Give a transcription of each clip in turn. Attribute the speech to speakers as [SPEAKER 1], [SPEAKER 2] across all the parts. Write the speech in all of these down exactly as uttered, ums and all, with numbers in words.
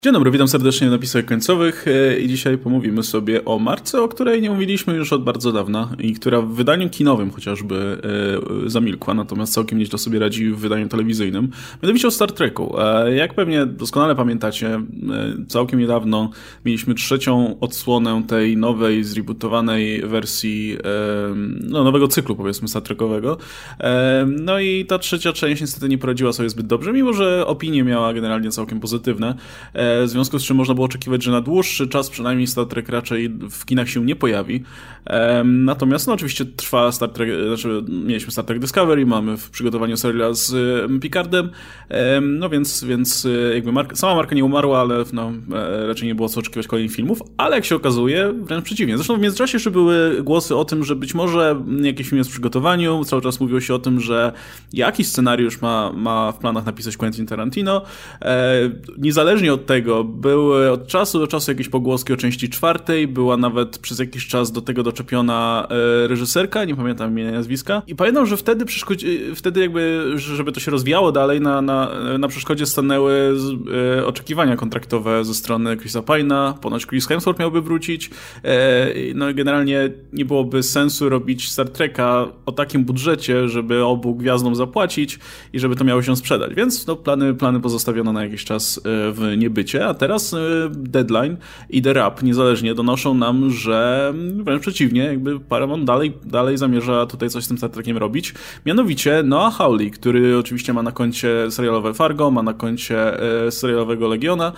[SPEAKER 1] Dzień dobry, witam serdecznie w napisach końcowych i dzisiaj pomówimy sobie o marce, o której nie mówiliśmy już od bardzo dawna i która w wydaniu kinowym chociażby zamilkła, natomiast całkiem nieźle sobie radzi w wydaniu telewizyjnym. Mianowicie o Star Treku. Jak pewnie doskonale pamiętacie, całkiem niedawno mieliśmy trzecią odsłonę tej nowej, zrebootowanej wersji, no nowego cyklu powiedzmy Star Trekowego. No i ta trzecia część niestety nie poradziła sobie zbyt dobrze, mimo że opinie miała generalnie całkiem pozytywne. W związku z czym można było oczekiwać, że na dłuższy czas przynajmniej Star Trek raczej w kinach się nie pojawi. Natomiast no oczywiście trwa Star Trek, znaczy mieliśmy Star Trek Discovery, mamy w przygotowaniu serial z Picardem, no więc, więc jakby marka, sama marka nie umarła, ale no, raczej nie było co oczekiwać kolejnych filmów, ale jak się okazuje, wręcz przeciwnie. Zresztą w międzyczasie jeszcze były głosy o tym, że być może jakiś film jest w przygotowaniu, cały czas mówiło się o tym, że jakiś scenariusz ma, ma w planach napisać Quentin Tarantino. Niezależnie od tego, były od czasu do czasu jakieś pogłoski o części czwartej, była nawet przez jakiś czas do tego doczepiona e, reżyserka, nie pamiętam imienia, nazwiska. I pamiętam, że wtedy, przeszkodzi, wtedy jakby, żeby to się rozwijało dalej, na, na, na przeszkodzie stanęły e, oczekiwania kontraktowe ze strony Chrisa Pine'a. Ponoć Chris Hemsworth miałby wrócić. E, no i generalnie nie byłoby sensu robić Star Treka o takim budżecie, żeby obu gwiazdom zapłacić i żeby to miało się sprzedać. Więc no, plany, plany pozostawiono na jakiś czas e, w niebycie. A teraz Deadline i The Wrap niezależnie donoszą nam, że wręcz przeciwnie, jakby Paramount dalej, dalej zamierza tutaj coś z tym Star Trekiem robić. Mianowicie Noah Hawley, który oczywiście ma na koncie serialowe Fargo, ma na koncie serialowego Legiona,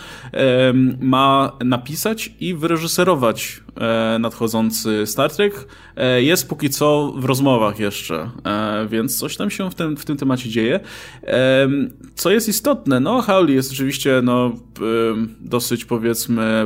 [SPEAKER 1] ma napisać i wyreżyserować nadchodzący Star Trek. Jest póki co w rozmowach jeszcze, więc coś tam się w tym, w tym temacie dzieje. Co jest istotne, no Hawley jest oczywiście no, dosyć powiedzmy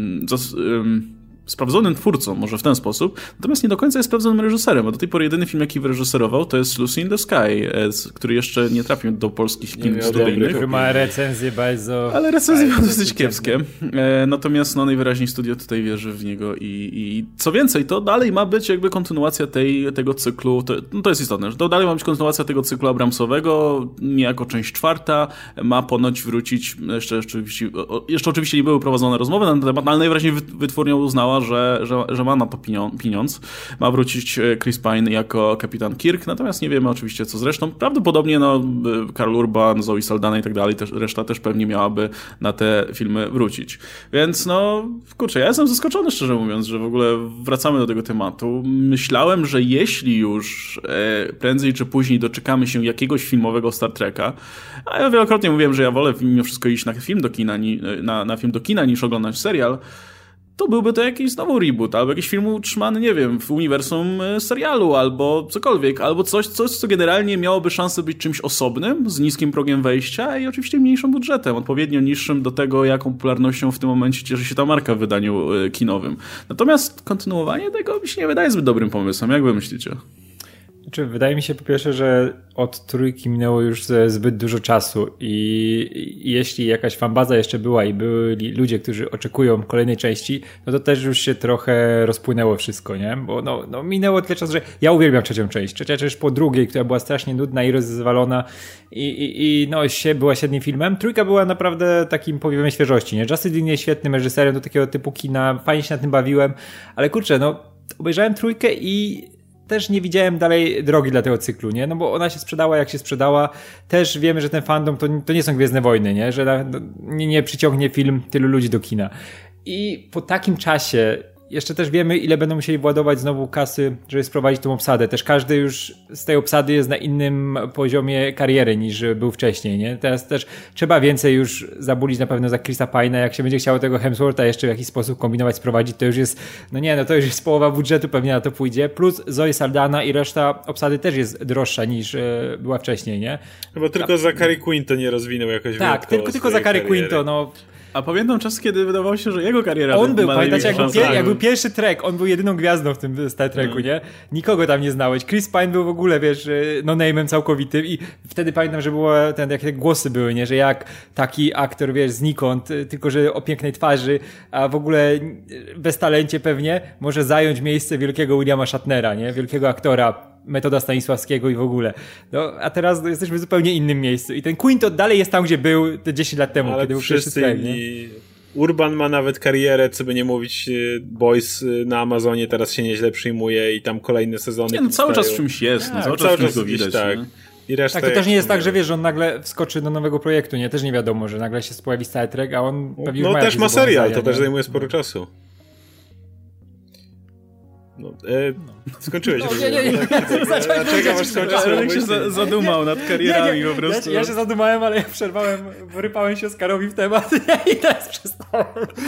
[SPEAKER 1] sprawdzonym twórcą, może w ten sposób, natomiast nie do końca jest sprawdzonym reżyserem, bo do tej pory jedyny film, jaki wyreżyserował, to jest Lucy in the Sky, który jeszcze nie trafił do polskich kin studyjnych.
[SPEAKER 2] Który ma recenzję bardzo...
[SPEAKER 1] Ale recenzje są dosyć kiepskie. Natomiast no, najwyraźniej studio tutaj wierzy w niego i, i co więcej, to dalej ma być jakby kontynuacja tej, tego cyklu, to, no to jest istotne, że to dalej ma być kontynuacja tego cyklu Abramsowego, niejako część czwarta, ma ponoć wrócić, jeszcze, jeszcze, jeszcze oczywiście nie były prowadzone rozmowy na ten temat, ale najwyraźniej wytwórnia uznała, Że, że, że ma na to pieniądz. Ma wrócić Chris Pine jako kapitan Kirk, natomiast nie wiemy oczywiście co zresztą. Prawdopodobnie no, Karl Urban, Zoe Saldana i tak dalej, też, reszta też pewnie miałaby na te filmy wrócić. Więc no, kurczę, ja jestem zaskoczony szczerze mówiąc, że w ogóle wracamy do tego tematu. Myślałem, że jeśli już e, prędzej czy później doczekamy się jakiegoś filmowego Star Treka, a ja wielokrotnie mówiłem, że ja wolę mimo wszystko iść na film do kina, na, na film do kina niż oglądać serial, to byłby to jakiś znowu reboot, albo jakiś film utrzymany, nie wiem, w uniwersum serialu, albo cokolwiek, albo coś, coś, co generalnie miałoby szansę być czymś osobnym, z niskim progiem wejścia i oczywiście mniejszym budżetem, odpowiednio niższym do tego, jaką popularnością w tym momencie cieszy się ta marka w wydaniu kinowym. Natomiast kontynuowanie tego mi się nie wydaje zbyt dobrym pomysłem, jak wy myślicie?
[SPEAKER 2] Znaczy, wydaje mi się po pierwsze, że od trójki minęło już zbyt dużo czasu i jeśli jakaś fanbaza jeszcze była i byli ludzie, którzy oczekują kolejnej części, no to też już się trochę rozpłynęło wszystko, nie? Bo no, no minęło tyle czasu, że ja uwielbiam trzecią część. Trzecia część po drugiej, która była strasznie nudna i rozwalona i, i, i no się, była średnim filmem. Trójka była naprawdę takim powiewem świeżości, nie? Justin Lin jest świetnym reżyserem do takiego typu kina, fajnie się na tym bawiłem, ale kurczę, no obejrzałem trójkę i też nie widziałem dalej drogi dla tego cyklu, nie? No bo ona się sprzedała jak się sprzedała. Też wiemy, że ten fandom to, to nie są Gwiezdne Wojny, nie? Że na, no, nie, nie przyciągnie film tylu ludzi do kina. I po takim czasie jeszcze też wiemy, ile będą musieli władować znowu kasy, żeby sprowadzić tą obsadę. Też każdy już z tej obsady jest na innym poziomie kariery niż był wcześniej, nie? Teraz też trzeba więcej już zabulić na pewno za Chrisa Pine'a. Jak się będzie chciało tego Hemswortha jeszcze w jakiś sposób kombinować, sprowadzić, to już jest, no nie, no to już jest połowa budżetu pewnie na to pójdzie. Plus Zoe Saldana i reszta obsady też jest droższa niż e, była wcześniej, nie?
[SPEAKER 3] Chyba tylko Zachary Quinto nie rozwinął jakoś
[SPEAKER 2] Tak, tylko, tylko Zachary Quinto, no.
[SPEAKER 1] A pamiętam czas, kiedy wydawało się, że jego kariera...
[SPEAKER 2] On był, pamiętacie, jak, pier, jak był pierwszy Trek, on był jedyną gwiazdą w tym Star Treku, nie? Nikogo tam nie znałeś. Chris Pine był w ogóle, wiesz, no-name'em całkowitym i wtedy pamiętam, że było ten, jakie głosy były, nie? Że jak taki aktor, wiesz, znikąd, tylko że o pięknej twarzy, a w ogóle bez talencie pewnie, może zająć miejsce wielkiego Williama Shatnera, nie? Wielkiego aktora. metoda Stanisławskiego i w ogóle. No, a teraz no, jesteśmy w zupełnie innym miejscu i ten Quinto dalej jest tam, gdzie był te dziesięć lat temu,
[SPEAKER 3] ale
[SPEAKER 2] kiedy był
[SPEAKER 3] wszyscy
[SPEAKER 2] pierwszy
[SPEAKER 3] inni... Urban ma nawet karierę, co by nie mówić, Boys na Amazonie teraz się nieźle przyjmuje i tam kolejne sezony
[SPEAKER 1] nie, no cały czas w czymś jest,
[SPEAKER 3] tak,
[SPEAKER 1] no, cały,
[SPEAKER 3] cały
[SPEAKER 1] czas,
[SPEAKER 3] czas
[SPEAKER 1] go widać.
[SPEAKER 3] tak.
[SPEAKER 1] Nie?
[SPEAKER 3] I reszta
[SPEAKER 2] tak, to też nie jest tak, że
[SPEAKER 3] mówię.
[SPEAKER 2] wiesz, że on nagle wskoczy do nowego projektu, nie? Też nie wiadomo, że nagle się pojawi Star Trek, a on pewnie
[SPEAKER 3] No
[SPEAKER 2] już ma
[SPEAKER 3] też ma
[SPEAKER 2] zobowiązania,
[SPEAKER 3] serial, to
[SPEAKER 2] nie?
[SPEAKER 3] też zajmuje sporo czasu. No, e, skończyłeś.
[SPEAKER 2] No, nie, nie, nie.
[SPEAKER 3] Ja czekam, aż skończysz.
[SPEAKER 1] Ale się za, zadumał nad karierami
[SPEAKER 2] nie, nie.
[SPEAKER 1] po prostu.
[SPEAKER 2] Ja, ja się zadumałem, ale ja przerwałem, wyrypałem się Oskarowi w temat i teraz przestałem.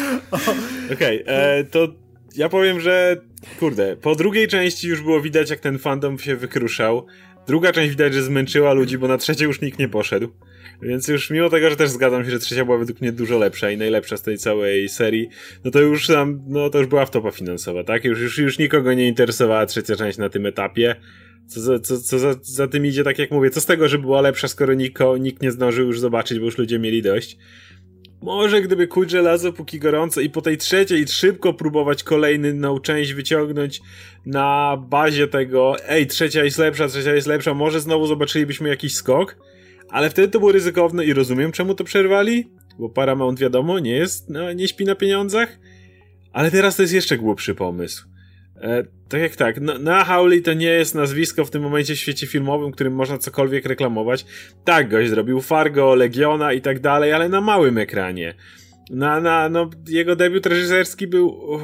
[SPEAKER 3] Okej, okay, to ja powiem, że kurde, po drugiej części już było widać, jak ten fandom się wykruszał. Druga część widać, że zmęczyła ludzi, bo na trzecie już nikt nie poszedł. Więc już mimo tego, że też zgadzam się, że trzecia była według mnie dużo lepsza i najlepsza z tej całej serii, no to już tam, no to już była wtopa finansowa, tak? Już, już, już nikogo nie interesowała trzecia część na tym etapie. Co, za, co, co za, za tym idzie, tak jak mówię, co z tego, że była lepsza, skoro niko, nikt nie zdążył już zobaczyć, bo już ludzie mieli dość. Może gdyby kuć żelazo póki gorąco i po tej trzeciej szybko próbować kolejną część wyciągnąć na bazie tego, ej, trzecia jest lepsza, trzecia jest lepsza, może znowu zobaczylibyśmy jakiś skok, ale wtedy to było ryzykowne i rozumiem, czemu to przerwali, bo Paramount wiadomo, nie jest, no, nie śpi na pieniądzach, ale teraz to jest jeszcze głupszy pomysł. E, tak jak tak, no, Noah Hawley to nie jest nazwisko w tym momencie w świecie filmowym, którym można cokolwiek reklamować. Tak, gość zrobił Fargo, Legiona i tak dalej, ale na małym ekranie. Na, na, no, jego debiut reżyserski był uh,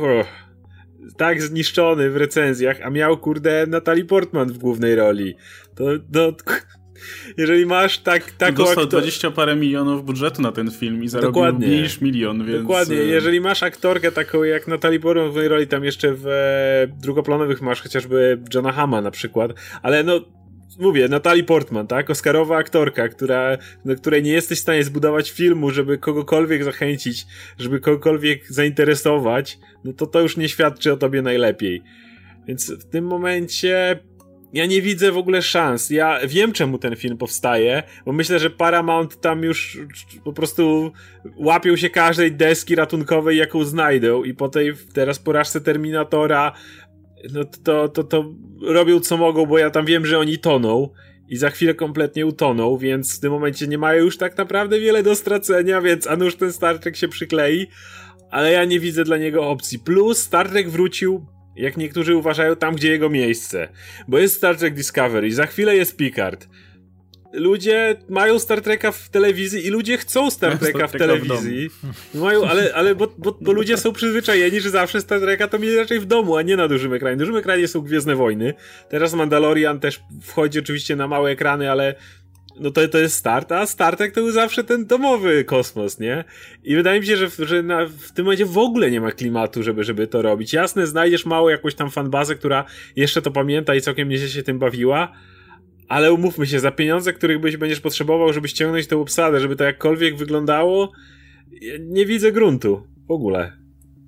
[SPEAKER 3] tak zniszczony w recenzjach, a miał, kurde, Natalie Portman w głównej roli. To, no... Jeżeli masz tak, taką
[SPEAKER 1] dostał
[SPEAKER 3] aktor...
[SPEAKER 1] dwadzieścia parę milionów budżetu na ten film i zarobił
[SPEAKER 3] Dokładnie.
[SPEAKER 1] mniej niż milion, więc...
[SPEAKER 3] Dokładnie, jeżeli masz aktorkę taką jak Natalie Portman w głównej roli, tam jeszcze w e, drugoplanowych masz chociażby Johna Hamma na przykład, ale no mówię, Natalie Portman, tak? Oscarowa aktorka, która, do której nie jesteś w stanie zbudować filmu, żeby kogokolwiek zachęcić, żeby kogokolwiek zainteresować, no to to już nie świadczy o tobie najlepiej. Więc w tym momencie ja nie widzę w ogóle szans. Ja wiem, czemu ten film powstaje, bo myślę, że Paramount tam już po prostu łapią się każdej deski ratunkowej, jaką znajdą i po tej teraz porażce Terminatora no to, to, to robią co mogą, bo ja tam wiem, że oni toną i za chwilę kompletnie utoną, więc w tym momencie nie mają już tak naprawdę wiele do stracenia, więc a nuż ten Star Trek się przyklei, ale ja nie widzę dla niego opcji. Plus Star Trek wrócił, jak niektórzy uważają, tam gdzie jego miejsce, bo jest Star Trek Discovery, za chwilę jest Picard. Ludzie mają Star Treka w telewizji i ludzie chcą Star Treka w telewizji. Mają, ale, ale bo, bo, bo ludzie są przyzwyczajeni, że zawsze Star Treka to mieli raczej w domu, a nie na dużym ekranie. Na dużym ekranie są Gwiezdne Wojny. Teraz Mandalorian też wchodzi oczywiście na małe ekrany, ale no to, to jest start, a Star Trek to był zawsze ten domowy kosmos, nie? I wydaje mi się, że, że na, w tym momencie w ogóle nie ma klimatu, żeby, żeby to robić. Jasne, znajdziesz małą jakąś tam fanbazę, która jeszcze to pamięta i całkiem nieźle się tym bawiła, ale umówmy się, za pieniądze, których byś będziesz potrzebował, żeby ściągnąć tę obsadę, żeby to jakkolwiek wyglądało, nie widzę gruntu. W ogóle.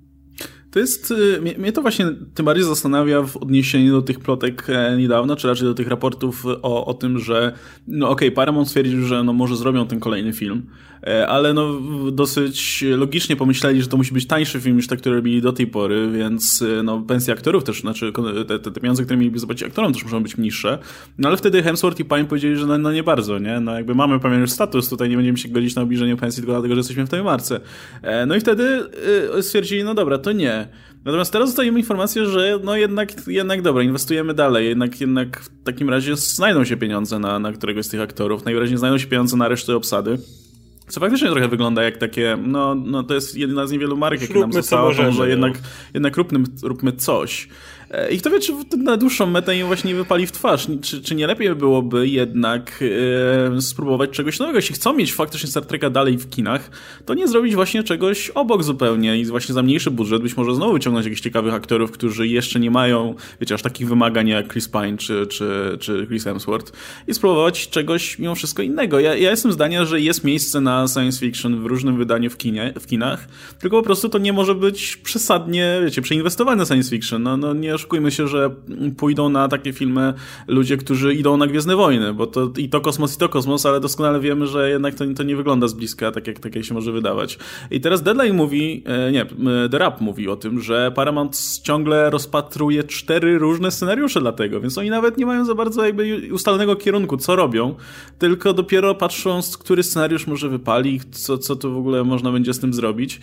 [SPEAKER 1] To jest, mnie, mnie to właśnie tym bardziej zastanawia w odniesieniu do tych plotek niedawno, czy raczej do tych raportów o, o tym, że no okej, okay, Paramount stwierdził, że no może zrobią ten kolejny film, ale no dosyć logicznie pomyśleli, że to musi być tańszy film niż te, które robili do tej pory, więc no pensje aktorów też, znaczy te, te, te pieniądze, które mieliby zapłacić aktorom też muszą być niższe, no ale wtedy Hemsworth i Pine powiedzieli, że no, no nie bardzo, nie? No jakby mamy pewien już status, tutaj nie będziemy się godzić na obniżenie pensji tylko dlatego, że jesteśmy w tej marce. No i wtedy stwierdzili, no dobra, to nie. Natomiast teraz dostajemy informację, że no jednak, jednak dobra, inwestujemy dalej, jednak, jednak w takim razie znajdą się pieniądze na, na któregoś z tych aktorów, najwyraźniej znajdą się pieniądze na resztę obsady. Co faktycznie trochę wygląda jak takie, no, no to jest jedna z niewielu marek, jakie nam zostało, to może jednak, jednak róbmy, róbmy coś. I kto wie, czy na dłuższą metę im właśnie wypali w twarz. Czy, czy nie lepiej byłoby jednak e, spróbować czegoś nowego? Jeśli chcą mieć faktycznie Star Treka dalej w kinach, to nie zrobić właśnie czegoś obok zupełnie i właśnie za mniejszy budżet być może znowu wyciągnąć jakichś ciekawych aktorów, którzy jeszcze nie mają, wiecie, aż takich wymagań jak Chris Pine czy, czy, czy Chris Hemsworth i spróbować czegoś mimo wszystko innego. Ja, ja jestem zdania, że jest miejsce na science fiction w różnym wydaniu w, kinie, w kinach, tylko po prostu to nie może być przesadnie, wiecie, przeinwestowane science fiction. No, no nie oszukujmy się, że pójdą na takie filmy ludzie, którzy idą na Gwiezdne Wojny, bo to i to kosmos, i to kosmos, ale doskonale wiemy, że jednak to, to nie wygląda z bliska, tak jak, tak jak się może wydawać. I teraz Deadline mówi, nie, The Wrap mówi o tym, że Paramount ciągle rozpatruje cztery różne scenariusze dla tego, więc oni nawet nie mają za bardzo jakby ustalonego kierunku, co robią, tylko dopiero patrząc, który scenariusz może wypali, co, co tu w ogóle można będzie z tym zrobić.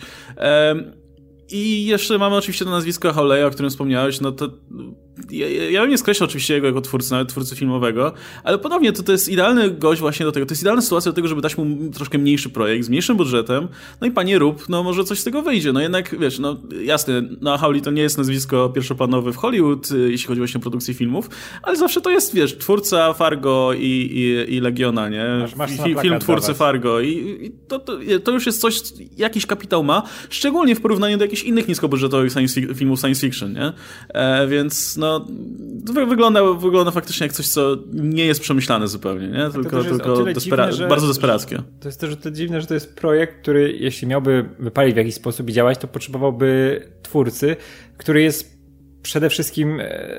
[SPEAKER 1] I jeszcze mamy oczywiście to nazwisko Hawleya, o którym wspomniałeś, no to ja, ja bym nie skreślał oczywiście jego jako twórcy, nawet twórcy filmowego, ale ponownie to, to jest idealny gość właśnie do tego, to jest idealna sytuacja do tego, żeby dać mu troszkę mniejszy projekt, z mniejszym budżetem, no i panie rób, no może coś z tego wyjdzie, no jednak wiesz, no jasne, no Hawley to nie jest nazwisko pierwszoplanowe w Hollywood, jeśli chodzi właśnie o produkcję filmów, ale zawsze to jest, wiesz, twórca Fargo i, i, i Legiona, nie?
[SPEAKER 2] Masz, masz
[SPEAKER 1] Fi, film twórcy Fargo i, i to, to, to już jest coś, jakiś kapitał ma, szczególnie w porównaniu do jakichś innych niskobudżetowych science, filmów science fiction, nie? E, więc no wygląda, wygląda faktycznie jak coś, co nie jest przemyślane zupełnie, nie? Tylko, tylko despera- dziwne, bardzo desperackie.
[SPEAKER 2] To jest też o tyle dziwne, że to jest projekt, który jeśli miałby wypalić w jakiś sposób i działać, to potrzebowałby twórcy, który jest przede wszystkim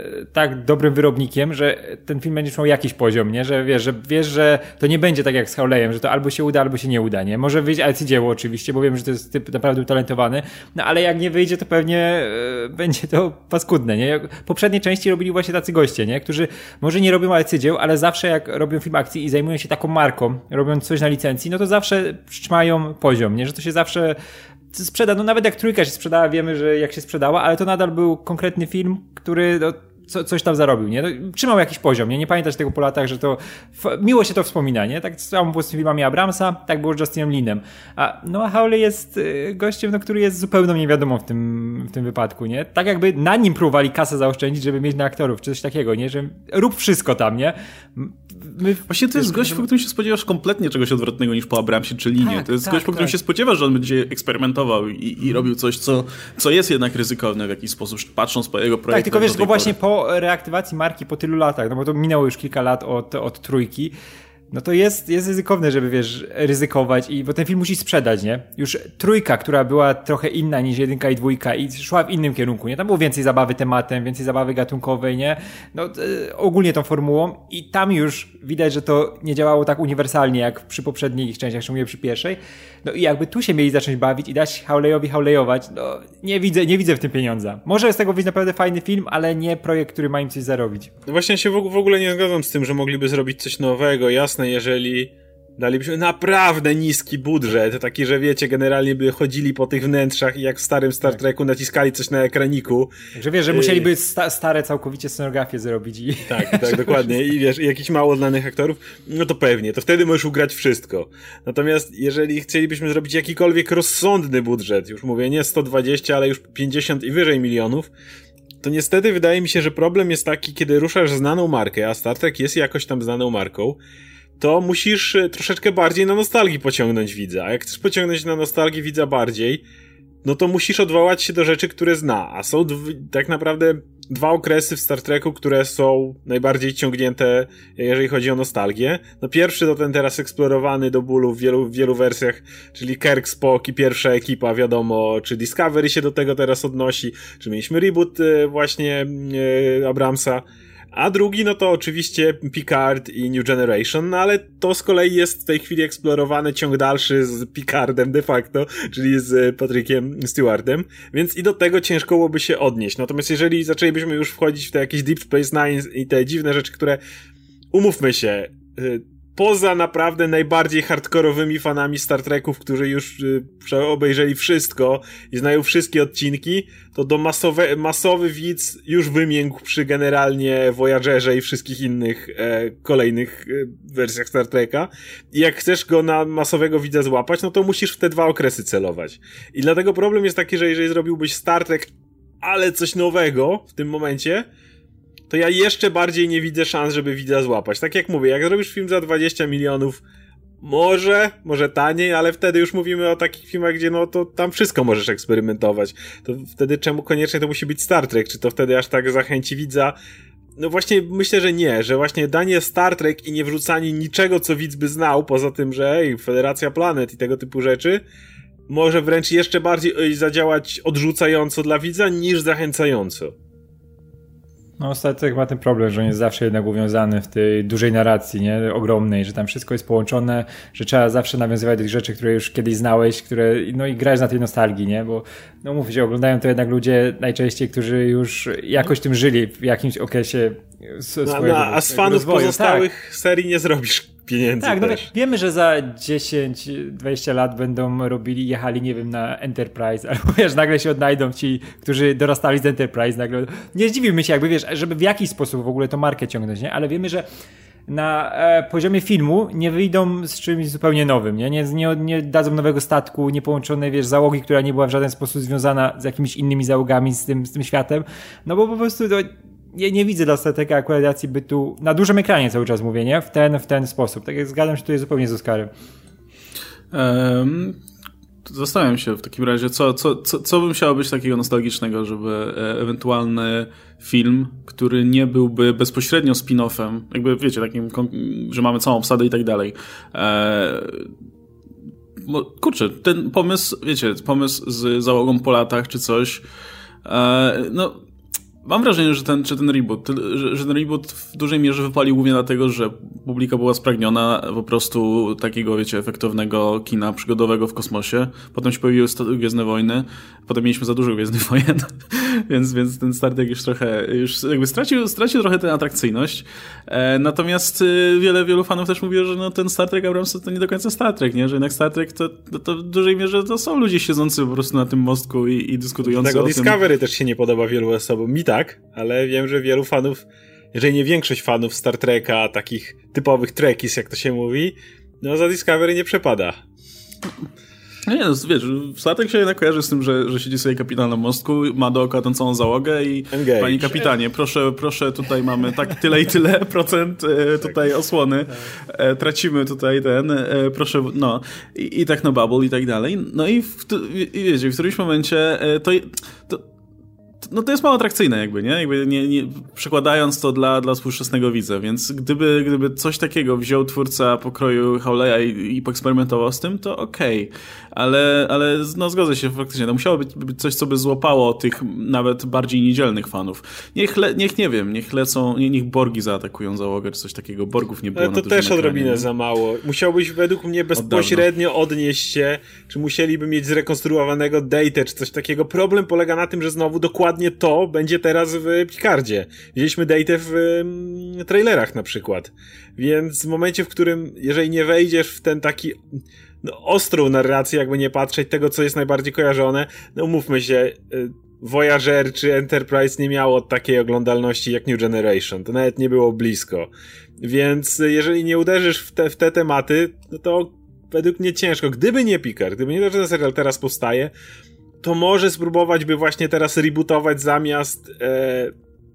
[SPEAKER 2] tak dobrym wyrobnikiem, że ten film będzie miał jakiś poziom, nie? Że wiesz, że wiesz, że to nie będzie tak jak z Hawleyem, że to albo się uda, albo się nie uda, nie? Może wyjść arcydzieło oczywiście, bo wiem, że to jest typ naprawdę utalentowany, no ale jak nie wyjdzie, to pewnie e, będzie to paskudne, nie? Poprzednie części robili właśnie tacy goście, nie? Którzy może nie robią arcydzieł, ale zawsze jak robią film akcji i zajmują się taką marką, robiąc coś na licencji, no to zawsze trzymają poziom, nie? Że to się zawsze sprzeda, no nawet jak trójka się sprzedała, wiemy, że jak się sprzedała, ale to nadal był konkretny film, który no, co, coś tam zarobił, nie? No, trzymał jakiś poziom, nie? Nie pamiętasz tego po latach, że to f- miło się to wspomina, nie? Tak samo było z filmami Abramsa, tak było z Justinem Linem. A no Hawley jest y, gościem, no, który jest zupełną niewiadomą w tym, w tym wypadku, nie? Tak jakby na nim próbowali kasę zaoszczędzić, żeby mieć na aktorów, czy coś takiego, nie? Że rób wszystko tam, nie?
[SPEAKER 1] My, Właśnie to jest gość, po którym się spodziewasz kompletnie czegoś odwrotnego niż po Abramsie czy Linie. Tak, to jest tak, gość, po którym tak. się spodziewasz, że on będzie eksperymentował i, i robił coś, co, co jest jednak ryzykowne w jakiś sposób, patrząc po jego projektach.
[SPEAKER 2] Tak, tylko wiesz, bo właśnie po reaktywacji marki po tylu latach, no bo to minęło już kilka lat od, od trójki, no to jest, jest ryzykowne, żeby wiesz, ryzykować i bo ten film musi sprzedać, nie? Już trójka, która była trochę inna niż jedynka i dwójka i szła w innym kierunku, nie? Tam było więcej zabawy tematem, więcej zabawy gatunkowej, nie? No y, ogólnie tą formułą i tam już widać, że to nie działało tak uniwersalnie jak przy poprzednich częściach, szczególnie przy pierwszej. No i jakby tu się mieli zacząć bawić i dać Hawleyowi Hawleyować, no nie widzę, nie widzę w tym pieniądza. Może z tego być naprawdę fajny film, ale nie projekt, który ma im coś zarobić.
[SPEAKER 3] No właśnie się w ogóle nie zgadzam z tym, że mogliby zrobić coś nowego, jasne, jeżeli dalibyśmy naprawdę niski budżet, taki, że wiecie, generalnie by chodzili po tych wnętrzach i jak w starym Star Treku naciskali coś na ekraniku.
[SPEAKER 2] Także wiesz, że musieliby sta- stare całkowicie scenografię zrobić. I...
[SPEAKER 3] Tak, tak, dokładnie. I wiesz, i jakichś mało znanych aktorów, no to pewnie, to wtedy możesz ugrać wszystko. Natomiast jeżeli chcielibyśmy zrobić jakikolwiek rozsądny budżet, już mówię, nie sto dwadzieścia, ale już pięćdziesiąt i wyżej milionów, to niestety wydaje mi się, że problem jest taki, kiedy ruszasz znaną markę, a Star Trek jest jakoś tam znaną marką, to musisz troszeczkę bardziej na nostalgii pociągnąć widza. A jak chcesz pociągnąć na nostalgii widza bardziej, no to musisz odwołać się do rzeczy, które zna. A są dw- tak naprawdę dwa okresy w Star Treku, które są najbardziej ciągnięte, jeżeli chodzi o nostalgię. No pierwszy to ten teraz eksplorowany do bólu w wielu, w wielu wersjach, czyli Kirk, Spock i pierwsza ekipa, wiadomo, czy Discovery się do tego teraz odnosi, czy mieliśmy reboot właśnie Abramsa. A drugi, no to oczywiście Picard i New Generation, no ale to z kolei jest w tej chwili eksplorowany ciąg dalszy z Picardem de facto, czyli z Patrickiem Stewartem, więc i do tego ciężko byłoby się odnieść. Natomiast jeżeli zaczęlibyśmy już wchodzić w te jakieś Deep Space Nine i te dziwne rzeczy, które, umówmy się, poza naprawdę najbardziej hardkorowymi fanami Star Treków, którzy już y, obejrzeli wszystko i znają wszystkie odcinki, to do masowe, masowy widz już wymiękł przy generalnie Voyagerze i wszystkich innych e, kolejnych e, wersjach Star Treka. I jak chcesz go na masowego widza złapać, no to musisz w te dwa okresy celować. I dlatego problem jest taki, że jeżeli zrobiłbyś Star Trek, ale coś nowego w tym momencie, to ja jeszcze bardziej nie widzę szans, żeby widza złapać. Tak jak mówię, jak zrobisz film za dwadzieścia milionów, może, może taniej, ale wtedy już mówimy o takich filmach, gdzie no to tam wszystko możesz eksperymentować. To wtedy czemu koniecznie to musi być Star Trek? Czy to wtedy aż tak zachęci widza? No właśnie myślę, że nie, że właśnie danie Star Trek i nie wrzucanie niczego, co widz by znał, poza tym, że ej, Federacja Planet i tego typu rzeczy, może wręcz jeszcze bardziej zadziałać odrzucająco dla widza niż zachęcająco.
[SPEAKER 2] No Star Trek ma ten problem, że on jest zawsze jednak uwiązany w tej dużej narracji, nie? Ogromnej, że tam wszystko jest połączone, że trzeba zawsze nawiązywać do tych rzeczy, które już kiedyś znałeś, które, no i grać na tej nostalgii, nie? Bo, no mów się, oglądają to jednak ludzie najczęściej, którzy już jakoś tym żyli w jakimś okresie swojego,
[SPEAKER 3] no, no, a z fanów
[SPEAKER 2] rozwoju.
[SPEAKER 3] pozostałych
[SPEAKER 2] tak.
[SPEAKER 3] serii nie zrobisz pieniędzy
[SPEAKER 2] tak, no
[SPEAKER 3] też.
[SPEAKER 2] wiemy, że za dziesięć dwadzieścia lat będą robili, jechali, nie wiem, na Enterprise, albo wiesz, nagle się odnajdą ci, którzy dorastali z Enterprise, nagle. Nie zdziwimy się, jakby wiesz, żeby w jakiś sposób w ogóle to markę ciągnąć, nie? Ale wiemy, że na e, poziomie filmu nie wyjdą z czymś zupełnie nowym, nie? Nie, nie? nie dadzą nowego statku, nie połączonej, wiesz, załogi, która nie była w żaden sposób związana z jakimiś innymi załogami, z tym, z tym światem, no bo po prostu to nie, nie widzę dla Star Treka akurat racji bytu na dużym ekranie cały czas mówię, nie? W ten, w ten sposób. Tak jak zgadzam się tutaj zupełnie z Oskarem.
[SPEAKER 1] Um, zastanawiam się w takim razie, co, co, co, co by musiało być takiego nostalgicznego, żeby e, ewentualny film, który nie byłby bezpośrednio spin-offem, jakby wiecie, takim, że mamy całą obsadę i tak dalej. E, kurczę, ten pomysł, wiecie, pomysł z załogą po latach czy coś, e, no mam wrażenie, że ten, czy ten reboot, że, że ten reboot w dużej mierze wypalił głównie dlatego, że publika była spragniona po prostu takiego, wiecie, efektownego kina przygodowego w kosmosie. Potem się pojawiły Gwiezdne Wojny, potem mieliśmy za dużo Gwiezdnych Wojen, więc, więc ten Star Trek już trochę, już jakby stracił, stracił trochę tę atrakcyjność. E, natomiast wiele, wielu fanów też mówi, że no ten Star Trek Abramsa to nie do końca Star Trek, nie? Że jednak Star Trek to, to, to w dużej mierze to są ludzie siedzący po prostu na tym mostku i, i dyskutujący
[SPEAKER 3] Tego
[SPEAKER 1] o
[SPEAKER 3] Discovery
[SPEAKER 1] tym.
[SPEAKER 3] też się nie podoba wielu osobom. Mi tak, ale wiem, że wielu fanów, jeżeli nie większość fanów Star Treka, takich typowych Trekkies, jak to się mówi, no za Discovery nie przepada.
[SPEAKER 1] No nie, no, wiesz, Star Trek się jednak kojarzy z tym, że, że siedzi sobie kapitan na mostku, ma dookoła tę całą załogę i
[SPEAKER 3] Engage.
[SPEAKER 1] Panie kapitanie, proszę, proszę, tutaj mamy tak tyle i tyle procent e, tutaj osłony, e, tracimy tutaj ten, e, proszę, no i, i technobubble i tak dalej. No i, w, i wiecie, w którymś momencie e, to, to no to jest mało atrakcyjne jakby, nie? Jakby nie, nie przekładając to dla, dla współczesnego widza, więc gdyby, gdyby coś takiego wziął twórca pokroju Hawleya i, i poeksperymentował z tym, to okej. Okay. Ale, ale no zgodzę się faktycznie, to musiało być, być coś, co by złapało tych nawet bardziej niedzielnych fanów. Niech, le, niech nie wiem, niech lecą, nie, niech Borgi zaatakują załogę, czy coś takiego. Borgów nie było.
[SPEAKER 3] Ale to
[SPEAKER 1] na
[SPEAKER 3] też
[SPEAKER 1] ekranie,
[SPEAKER 3] odrobinę
[SPEAKER 1] nie?
[SPEAKER 3] za mało. Musiałbyś według mnie bezpośrednio odnieść się, czy musieliby mieć zrekonstruowanego Data, czy coś takiego. Problem polega na tym, że znowu dokładnie to będzie teraz w Picardzie. Widzieliśmy Data w um, trailerach na przykład. Więc w momencie, w którym, jeżeli nie wejdziesz w ten taki no, ostrą narrację, jakby nie patrzeć tego, co jest najbardziej kojarzone, no umówmy się, y, Voyager czy Enterprise nie miało takiej oglądalności jak New Generation. To nawet nie było blisko. Więc jeżeli nie uderzysz w te, w te tematy, no to według mnie ciężko. Gdyby nie Picard, gdyby nie to, że ten serial teraz powstaje, to może spróbować by właśnie teraz rebootować zamiast e,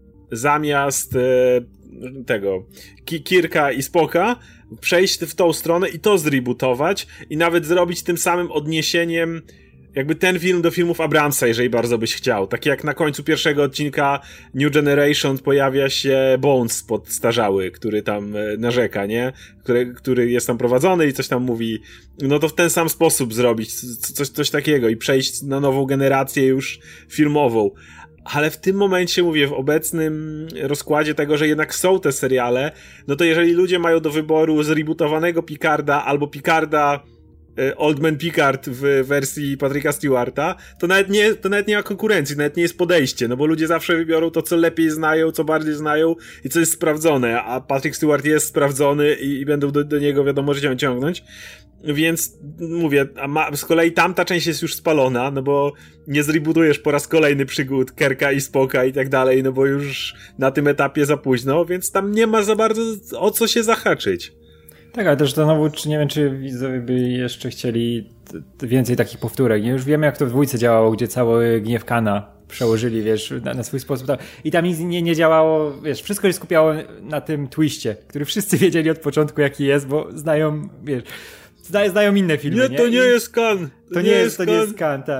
[SPEAKER 3] zamiast e, tego Kirka i Spocka, przejść w tą stronę i to zrebootować i nawet zrobić tym samym odniesieniem jakby ten film do filmów Abramsa, jeżeli bardzo byś chciał. Tak jak na końcu pierwszego odcinka New Generation pojawia się Bones podstarzały, który tam narzeka, nie? Który, który jest tam prowadzony i coś tam mówi. No to w ten sam sposób zrobić coś, coś takiego i przejść na nową generację już filmową. Ale w tym momencie, mówię, w obecnym rozkładzie tego, że jednak są te seriale, no to jeżeli ludzie mają do wyboru zrebootowanego Picarda albo Picarda Old Man Picard w wersji Patricka Stewarta, to nawet nie, to nawet nie ma konkurencji, nawet nie jest podejście, no bo ludzie zawsze wybiorą to, co lepiej znają, co bardziej znają i co jest sprawdzone, a Patrick Stewart jest sprawdzony i, i będą do, do niego wiadomo, że ciągnąć. Więc mówię, a ma, z kolei tamta część jest już spalona, no bo nie zrebootujesz po raz kolejny przygód Kirka i Spocka i tak dalej, no bo już na tym etapie za późno, więc tam nie ma za bardzo o co się zahaczyć.
[SPEAKER 2] Tak, ale też to znowu, czy nie wiem, czy widzowie by jeszcze chcieli t- t- więcej takich powtórek. Nie? Już wiemy, jak to w dwójce działało, gdzie cały gniew Kana przełożyli, wiesz, na, na swój sposób. I tam nic nie, nie działało, wiesz, wszystko się skupiało na tym twiście, który wszyscy wiedzieli od początku, jaki jest, bo znają, wiesz, zna, znają inne filmy.
[SPEAKER 3] Nie,
[SPEAKER 2] nie?
[SPEAKER 3] to nie I jest Kan!
[SPEAKER 2] To, to nie jest, to nie jest Kan, tak.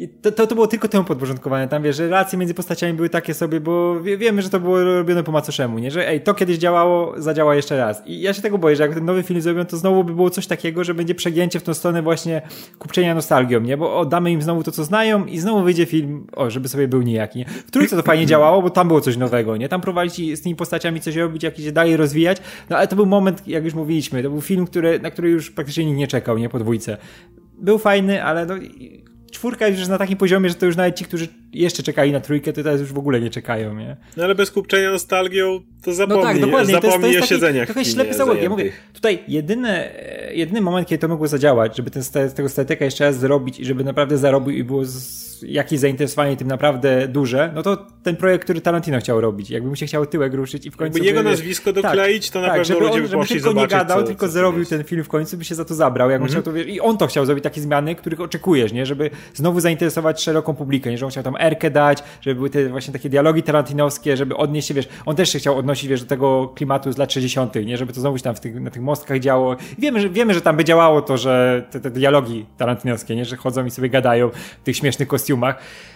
[SPEAKER 2] I to, to, to było tylko temu podporządkowane. Tam wiesz, że relacje między postaciami były takie sobie, bo wie, wiemy, że to było robione po macoszemu, nie? Że ej, to kiedyś działało, zadziała jeszcze raz. I ja się tego boję, że jak ten nowy film zrobią, to znowu by było coś takiego, że będzie przegięcie w tą stronę właśnie kupczenia nostalgią, nie? Bo oddamy im znowu to, co znają i znowu wyjdzie film, o, żeby sobie był nijaki, nie? W trójce to fajnie działało, bo tam było coś nowego, nie? Tam próbowali z tymi postaciami coś robić, jakieś dalej rozwijać, no ale to był moment, jak już mówiliśmy, to był film, który, na który już praktycznie nikt nie czekał, nie? Po dwójce. Był fajny, ale no... Czwórka już jest na takim poziomie, że to już nawet ci, którzy jeszcze czekali na trójkę, to teraz już w ogóle nie czekają, nie?
[SPEAKER 3] No ale bez kupczenia nostalgią to zapomnij,
[SPEAKER 2] no tak, dokładnie.
[SPEAKER 3] zapomnij
[SPEAKER 2] to jest, to jest
[SPEAKER 3] o siedzeniach.
[SPEAKER 2] Trochę ślepy załóg. Ja mówię, tutaj jedyny, jedyny moment, kiedy to mogło zadziałać, żeby ten, tego statyka jeszcze raz zrobić i żeby naprawdę zarobił i było z, jakieś zainteresowanie tym naprawdę duże, no to ten projekt, który Tarantino chciał robić. Jakby mu się chciał tyłek ruszyć i w końcu...
[SPEAKER 3] Jakby jego by, nazwisko dokleić, tak, to na
[SPEAKER 2] tak,
[SPEAKER 3] pewno
[SPEAKER 2] żeby
[SPEAKER 3] ludzie
[SPEAKER 2] on,
[SPEAKER 3] by
[SPEAKER 2] żeby
[SPEAKER 3] poszli
[SPEAKER 2] tylko
[SPEAKER 3] zobaczyć,
[SPEAKER 2] nie gadał,
[SPEAKER 3] co,
[SPEAKER 2] tylko
[SPEAKER 3] co
[SPEAKER 2] zrobił ten film w końcu, by się za to zabrał. Jak on mm-hmm. chciał to, wiesz, i on to chciał zrobić takie zmiany, których oczekujesz, nie? Żeby znowu zainteresować szeroką publikę, nie? Że on chciał tam erkę dać, żeby były te właśnie takie dialogi tarantinowskie, żeby odnieść się, wiesz, on też się chciał odnosić, wiesz, do tego klimatu z lat sześćdziesiątych, nie? Żeby to znowu się tam w tych, na tych mostkach działo. I wiemy, że, wiemy, że tam by działało to, że te, te dialogi tarantinowskie, nie? Że chodzą i sobie gadają w tych śmiesznych kostiumach.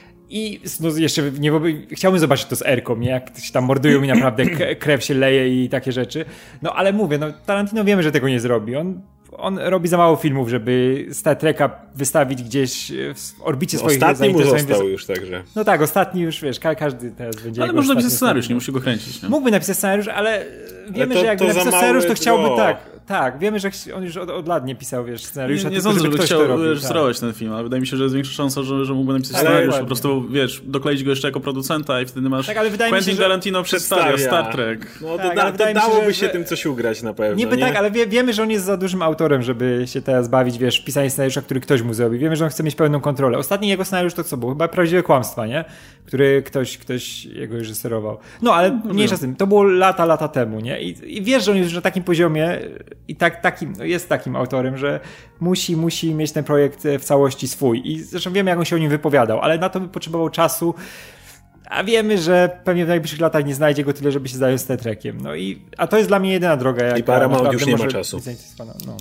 [SPEAKER 2] I no jeszcze nie, chciałbym zobaczyć to z erką, nie? Jak się tam mordują i naprawdę krew się leje i takie rzeczy. No ale mówię, no Tarantino wiemy, że tego nie zrobi. On On robi za mało filmów, żeby Star Treka wystawić gdzieś w orbicie swoich
[SPEAKER 3] zainteresowań. Ostatni mu został już także.
[SPEAKER 2] No tak, ostatni już, wiesz, każdy teraz będzie...
[SPEAKER 1] Ale można napisać scenariusz, nie musi go kręcić. Nie?
[SPEAKER 2] Mógłby napisać scenariusz, ale wiemy,
[SPEAKER 3] ale to,
[SPEAKER 2] że jakby napisał scenariusz, to chciałby
[SPEAKER 3] o.
[SPEAKER 2] tak... Tak, wiemy, że on już od, od lat nie pisał, wiesz, scenariusza.
[SPEAKER 1] Nie, nie
[SPEAKER 2] tylko,
[SPEAKER 1] sądzę, że chciał reżyserować
[SPEAKER 2] tak.
[SPEAKER 1] ten film, ale wydaje mi się, że jest większa szansa, że, że mógłby napisać
[SPEAKER 2] ale
[SPEAKER 1] scenariusz,
[SPEAKER 2] ładnie.
[SPEAKER 1] po prostu, wiesz, dokleić go jeszcze jako producenta i wtedy masz
[SPEAKER 2] tak, ale wydaje
[SPEAKER 1] Quentin
[SPEAKER 2] mi się, że...
[SPEAKER 1] Tarantino przedstawia Star Trek.
[SPEAKER 3] No to,
[SPEAKER 2] tak,
[SPEAKER 3] da, to
[SPEAKER 2] mi
[SPEAKER 3] dałoby
[SPEAKER 2] się,
[SPEAKER 3] się
[SPEAKER 2] że...
[SPEAKER 3] tym coś ugrać na pewno.
[SPEAKER 2] Niby
[SPEAKER 3] nie?
[SPEAKER 2] tak, ale wie, wiemy, że on jest za dużym autorem, żeby się teraz bawić, wiesz, w pisanie scenariusza, który ktoś mu zrobi. Wiemy, że on chce mieć pełną kontrolę. Ostatni jego scenariusz to co był? Chyba Prawdziwe Kłamstwa, nie? Który ktoś, ktoś jego reżyserował. No, ale no, mniejsza z tym. To było lata, lata temu, nie? I, i wiesz, że on jest już na takim poziomie i tak, takim, no jest takim autorem, że musi, musi mieć ten projekt w całości swój. I zresztą wiemy, jak on się o nim wypowiadał, ale na to by potrzebował czasu, a wiemy, że pewnie w najbliższych latach nie znajdzie go tyle, żeby się zająć Star Trekiem. No i, a to jest dla mnie jedyna droga. Jak
[SPEAKER 3] I Paramount już nie ma czasu.
[SPEAKER 2] No.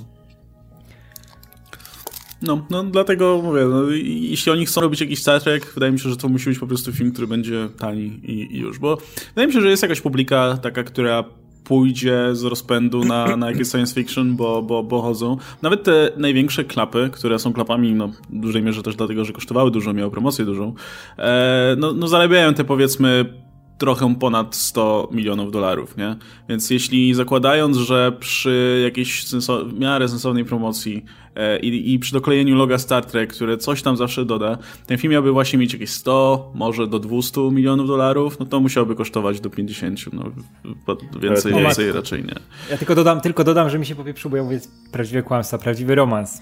[SPEAKER 1] No, no dlatego mówię, no, jeśli oni chcą robić jakiś Star Trek, wydaje mi się, że to musi być po prostu film, który będzie tani i, i już, bo wydaje mi się, że jest jakaś publika taka, która pójdzie z rozpędu na, na jakieś science fiction, bo, bo, bo chodzą. Nawet te największe klapy, które są klapami, no w dużej mierze też dlatego, że kosztowały dużo, miały promocję dużą, e, no, no zarabiają te powiedzmy trochę ponad sto milionów dolarów, nie? Więc jeśli zakładając, że przy jakiejś senso- w miarę sensownej promocji e, i, i przy doklejeniu loga Star Trek, które coś tam zawsze doda, ten film miałby właśnie mieć jakieś sto, może do dwieście milionów dolarów, no to musiałby kosztować do pięćdziesiąt, no więcej,
[SPEAKER 2] no,
[SPEAKER 1] więcej raczej nie.
[SPEAKER 2] Ja tylko dodam, tylko dodam, że mi się popieprzył, bo ja mówię prawdziwe kłamstwa, prawdziwy romans.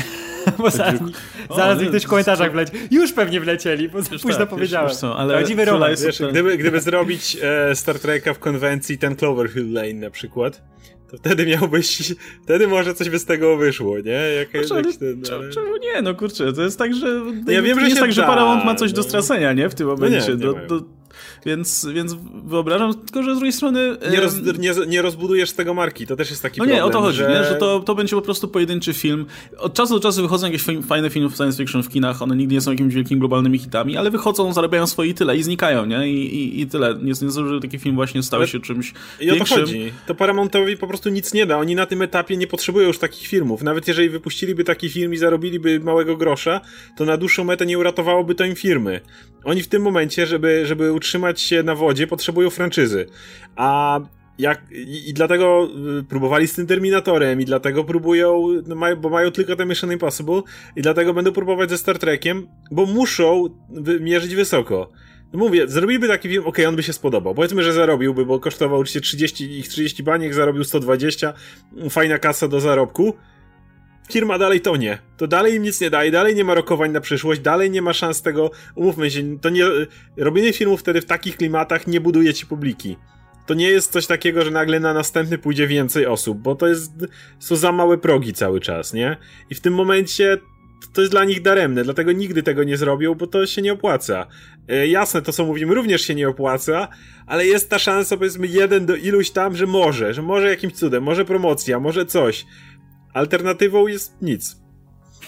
[SPEAKER 2] Bo zaraz, mi, zaraz mi ktoś w komentarzach wleci. Już pewnie wlecieli, bo za późno tak, powiedziałem. Wiesz, wiesz co, ale prawdziwy romans.
[SPEAKER 3] Wiesz, gdyby, gdyby zrobić e, Star Treka w konwencji ten Cloverfield Lane na przykład, to wtedy miałbyś, wtedy może coś by z tego wyszło, nie? Jak,
[SPEAKER 1] kurczę,
[SPEAKER 3] jak
[SPEAKER 1] ale,
[SPEAKER 3] ten, ale...
[SPEAKER 1] Czemu nie? No kurczę, to jest tak, że
[SPEAKER 3] ja wiem, że
[SPEAKER 1] jest
[SPEAKER 3] się
[SPEAKER 1] tak, że
[SPEAKER 3] da,
[SPEAKER 1] Paramount ma coś
[SPEAKER 3] no.
[SPEAKER 1] do stracenia, nie? W tym momencie.
[SPEAKER 3] No nie, nie
[SPEAKER 1] do, do, Więc, więc wyobrażam, tylko że z drugiej strony...
[SPEAKER 3] Nie, roz, nie, nie rozbudujesz tego marki, to też jest taki
[SPEAKER 1] no
[SPEAKER 3] problem.
[SPEAKER 1] No nie, o to chodzi,
[SPEAKER 3] że,
[SPEAKER 1] nie? Że to, to będzie po prostu pojedynczy film. Od czasu do czasu wychodzą jakieś fajne filmy science fiction w kinach, one nigdy nie są jakimiś wielkimi globalnymi hitami, ale wychodzą, zarabiają swoje i tyle i znikają, nie? I, i, i tyle. Nie sądzę, że taki film właśnie stał ale się czymś
[SPEAKER 3] i
[SPEAKER 1] większym.
[SPEAKER 3] I o to chodzi. To Paramountowi po prostu nic nie da. Oni na tym etapie nie potrzebują już takich filmów. Nawet jeżeli wypuściliby taki film i zarobiliby małego grosza, to na dłuższą metę nie uratowałoby to im firmy. Oni w tym momencie, żeby, żeby utrzymać się na wodzie, potrzebują franczyzy. A jak, i, i dlatego próbowali z tym Terminatorem i dlatego próbują, no mają, bo mają tylko ten Mission Impossible i dlatego będą próbować ze Star Trekiem, bo muszą mierzyć wysoko. No mówię, zrobiliby taki film, okej, okay, on by się spodobał. Powiedzmy, że zarobiłby, bo kosztował oczywiście trzydzieści, ich trzydzieści baniek, zarobił sto dwadzieścia, fajna kasa do zarobku. Firma dalej tonie. To dalej im nic nie daje, dalej nie ma rokowań na przyszłość, dalej nie ma szans tego, umówmy się, to nie, robienie filmów wtedy w takich klimatach nie buduje ci publiki. To nie jest coś takiego, że nagle na następny pójdzie więcej osób, bo to jest, są za małe progi cały czas, nie? I w tym momencie to jest dla nich daremne, dlatego nigdy tego nie zrobią, bo to się nie opłaca. E, jasne, to co mówimy również się nie opłaca, ale jest ta szansa, powiedzmy, jeden do iluś tam, że może, że może jakimś cudem, może promocja, może coś. Alternatywą jest nic.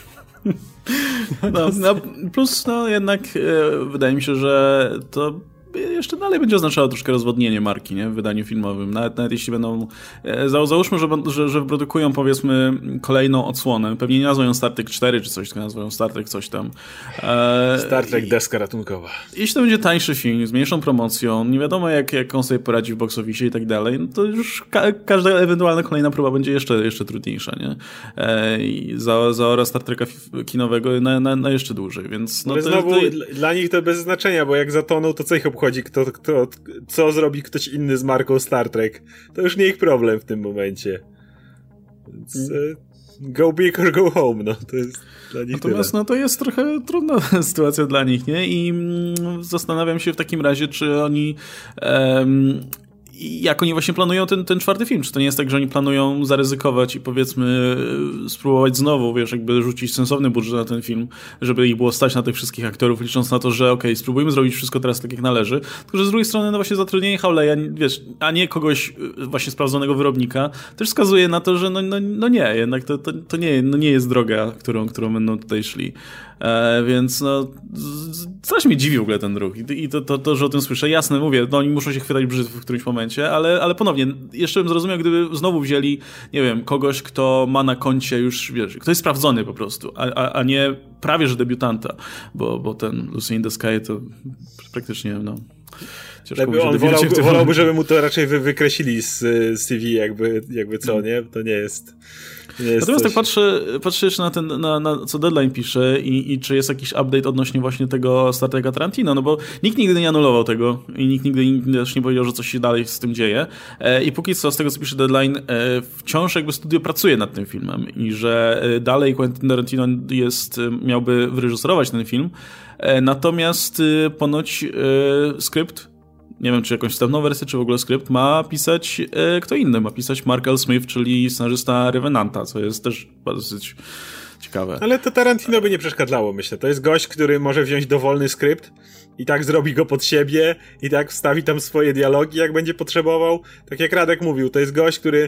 [SPEAKER 1] No, no, plus no jednak e, wydaje mi się, że to jeszcze dalej będzie oznaczało troszkę rozwodnienie marki, nie? W wydaniu filmowym. Nawet, nawet jeśli będą... E, załóżmy, że, że, że produkują, powiedzmy, kolejną odsłonę. Pewnie nie nazwą ją Star Trek cztery czy coś, tylko nazwą Star Trek coś tam. E,
[SPEAKER 3] Star Trek deska ratunkowa.
[SPEAKER 1] Jeśli to będzie tańszy film, z mniejszą promocją, nie wiadomo jak, jak on sobie poradzi w box office i tak dalej, no to już ka- każda ewentualna kolejna próba będzie jeszcze, jeszcze trudniejsza, nie? E, I za, zaora Star Treka kinowego na, na, na jeszcze dłużej, więc... No
[SPEAKER 3] ale
[SPEAKER 1] to,
[SPEAKER 3] znowu
[SPEAKER 1] to...
[SPEAKER 3] dla nich to bez znaczenia, bo jak zatonął, to co ich obchodzi, kto, kto, co zrobi ktoś inny z marką Star Trek. To już nie ich problem w tym momencie. Więc mm. go big or go home, no to jest dla nich
[SPEAKER 1] Natomiast
[SPEAKER 3] tyle.
[SPEAKER 1] no to jest trochę trudna sytuacja dla nich, nie? I mm, zastanawiam się w takim razie, czy oni um, jak oni właśnie planują ten, ten czwarty film. Czy to nie jest tak, że oni planują zaryzykować i powiedzmy spróbować znowu, wiesz, jakby rzucić sensowny budżet na ten film, żeby ich było stać na tych wszystkich aktorów, licząc na to, że okej, okay, spróbujmy zrobić wszystko teraz tak, jak należy. Tylko, że z drugiej strony, no właśnie zatrudnienie Hawleya, wiesz, a nie kogoś właśnie sprawdzonego wyrobnika, też wskazuje na to, że no, no, no nie, jednak to, to, to nie, no nie jest droga, którą, którą będą tutaj szli. E, więc no, strasznie mnie dziwi w ogóle ten ruch i, i to, to, to, że o tym słyszę. Jasne, mówię, no oni muszą się chwytać brzytwy w którymś momencie, ale, ale ponownie, jeszcze bym zrozumiał, gdyby znowu wzięli, nie wiem, kogoś, kto ma na koncie już, wiesz, kto jest sprawdzony po prostu, a, a, a nie prawie, że debiutanta, bo, bo ten Lucy in the Sky to praktycznie, no...
[SPEAKER 3] Ciężko on wolał, wolałby, żeby mu to raczej wy, wykreślili z, z C V, jakby, jakby co, nie? To nie jest... Nie jest
[SPEAKER 1] Natomiast
[SPEAKER 3] coś...
[SPEAKER 1] tak patrzę, patrzę jeszcze na, ten, na, na co Deadline pisze i, i czy jest jakiś update odnośnie właśnie tego Star Treka Tarantino, no bo nikt nigdy nie anulował tego i nikt nigdy, nigdy też nie powiedział, że coś się dalej z tym dzieje e, i póki co z tego, co pisze Deadline, e, wciąż jakby studio pracuje nad tym filmem i że dalej Quentin Tarantino jest, miałby wyreżyserować ten film, e, natomiast e, ponoć e, skrypt, nie wiem, czy jakąś wstępną wersję, czy w ogóle skrypt, ma pisać e, kto inny. Ma pisać Mark L. Smith, czyli scenarzysta Revenanta, co jest też dosyć ciekawe.
[SPEAKER 3] Ale to Tarantino by nie przeszkadzało, myślę. To jest gość, który może wziąć dowolny skrypt i tak zrobi go pod siebie i tak wstawi tam swoje dialogi, jak będzie potrzebował. Tak jak Radek mówił, to jest gość, który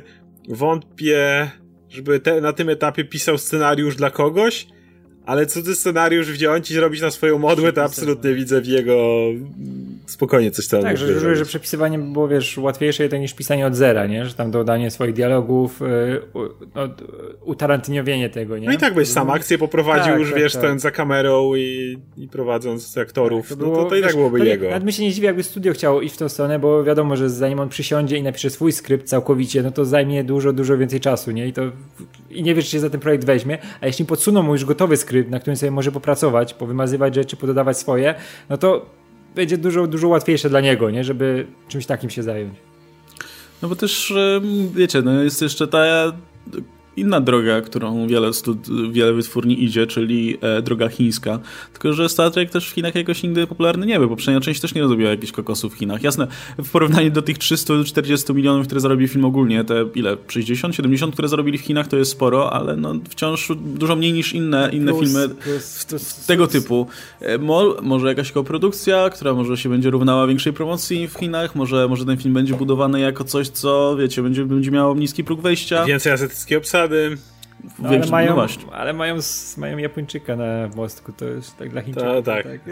[SPEAKER 3] wątpię, żeby te, na tym etapie pisał scenariusz dla kogoś, ale cudzy scenariusz wziąć i zrobić na swoją modłę, to absolutnie widzę w jego spokojnie coś tam.
[SPEAKER 2] Tak, że, że, że przepisywanie było, wiesz, łatwiejsze jednak niż pisanie od zera, nie? Że tam dodanie swoich dialogów, yy, no, utarantiniowienie tego, nie?
[SPEAKER 3] No i tak byś sam akcję poprowadził
[SPEAKER 2] tak,
[SPEAKER 3] już,
[SPEAKER 2] tak,
[SPEAKER 3] wiesz,
[SPEAKER 2] tak.
[SPEAKER 3] ten za kamerą i, i prowadząc aktorów, tak, to, było, no to, to i
[SPEAKER 2] wiesz,
[SPEAKER 3] tak byłoby
[SPEAKER 2] to
[SPEAKER 3] jego.
[SPEAKER 2] Nie, nawet mi się nie dziwi, jakby studio chciało iść w tą stronę, bo wiadomo, że zanim on przysiądzie i napisze swój skrypt całkowicie, no to zajmie dużo, dużo więcej czasu, nie? I to i nie wiesz, czy się za ten projekt weźmie, a jeśli podsuną mu już gotowy skrypt, na którym sobie może popracować, powymazywać rzeczy, pododawać swoje, no to będzie dużo, dużo łatwiejsze dla niego, nie? Żeby czymś takim się zająć.
[SPEAKER 1] No bo też, wiecie, no jest jeszcze ta inna droga, którą wiele, stud- wiele wytwórni idzie, czyli e, droga chińska. Tylko że Star Trek też w Chinach jakoś nigdy popularny nie był, bo poprzednia część też nie zrobiła jakichś kokosów w Chinach. Jasne, w porównaniu do tych trzysta czterdzieści milionów, które zarobił film ogólnie, te ile? sześćdziesiąt, siedemdziesiąt, które zarobili w Chinach, to jest sporo, ale no wciąż dużo mniej niż inne, inne
[SPEAKER 2] plus,
[SPEAKER 1] filmy
[SPEAKER 2] plus, plus,
[SPEAKER 1] tego
[SPEAKER 2] plus.
[SPEAKER 1] typu. Mol, może jakaś koprodukcja, która może się będzie równała większej promocji w Chinach, może, może ten film będzie budowany jako coś, co, wiecie, będzie, będzie miało niski próg wejścia.
[SPEAKER 3] Więcej azjatyckiej obsady.
[SPEAKER 2] No, ale, mają, no ale mają, mają Japończyka na mostku, to jest tak dla Chińczyków.
[SPEAKER 3] To, tak. tak.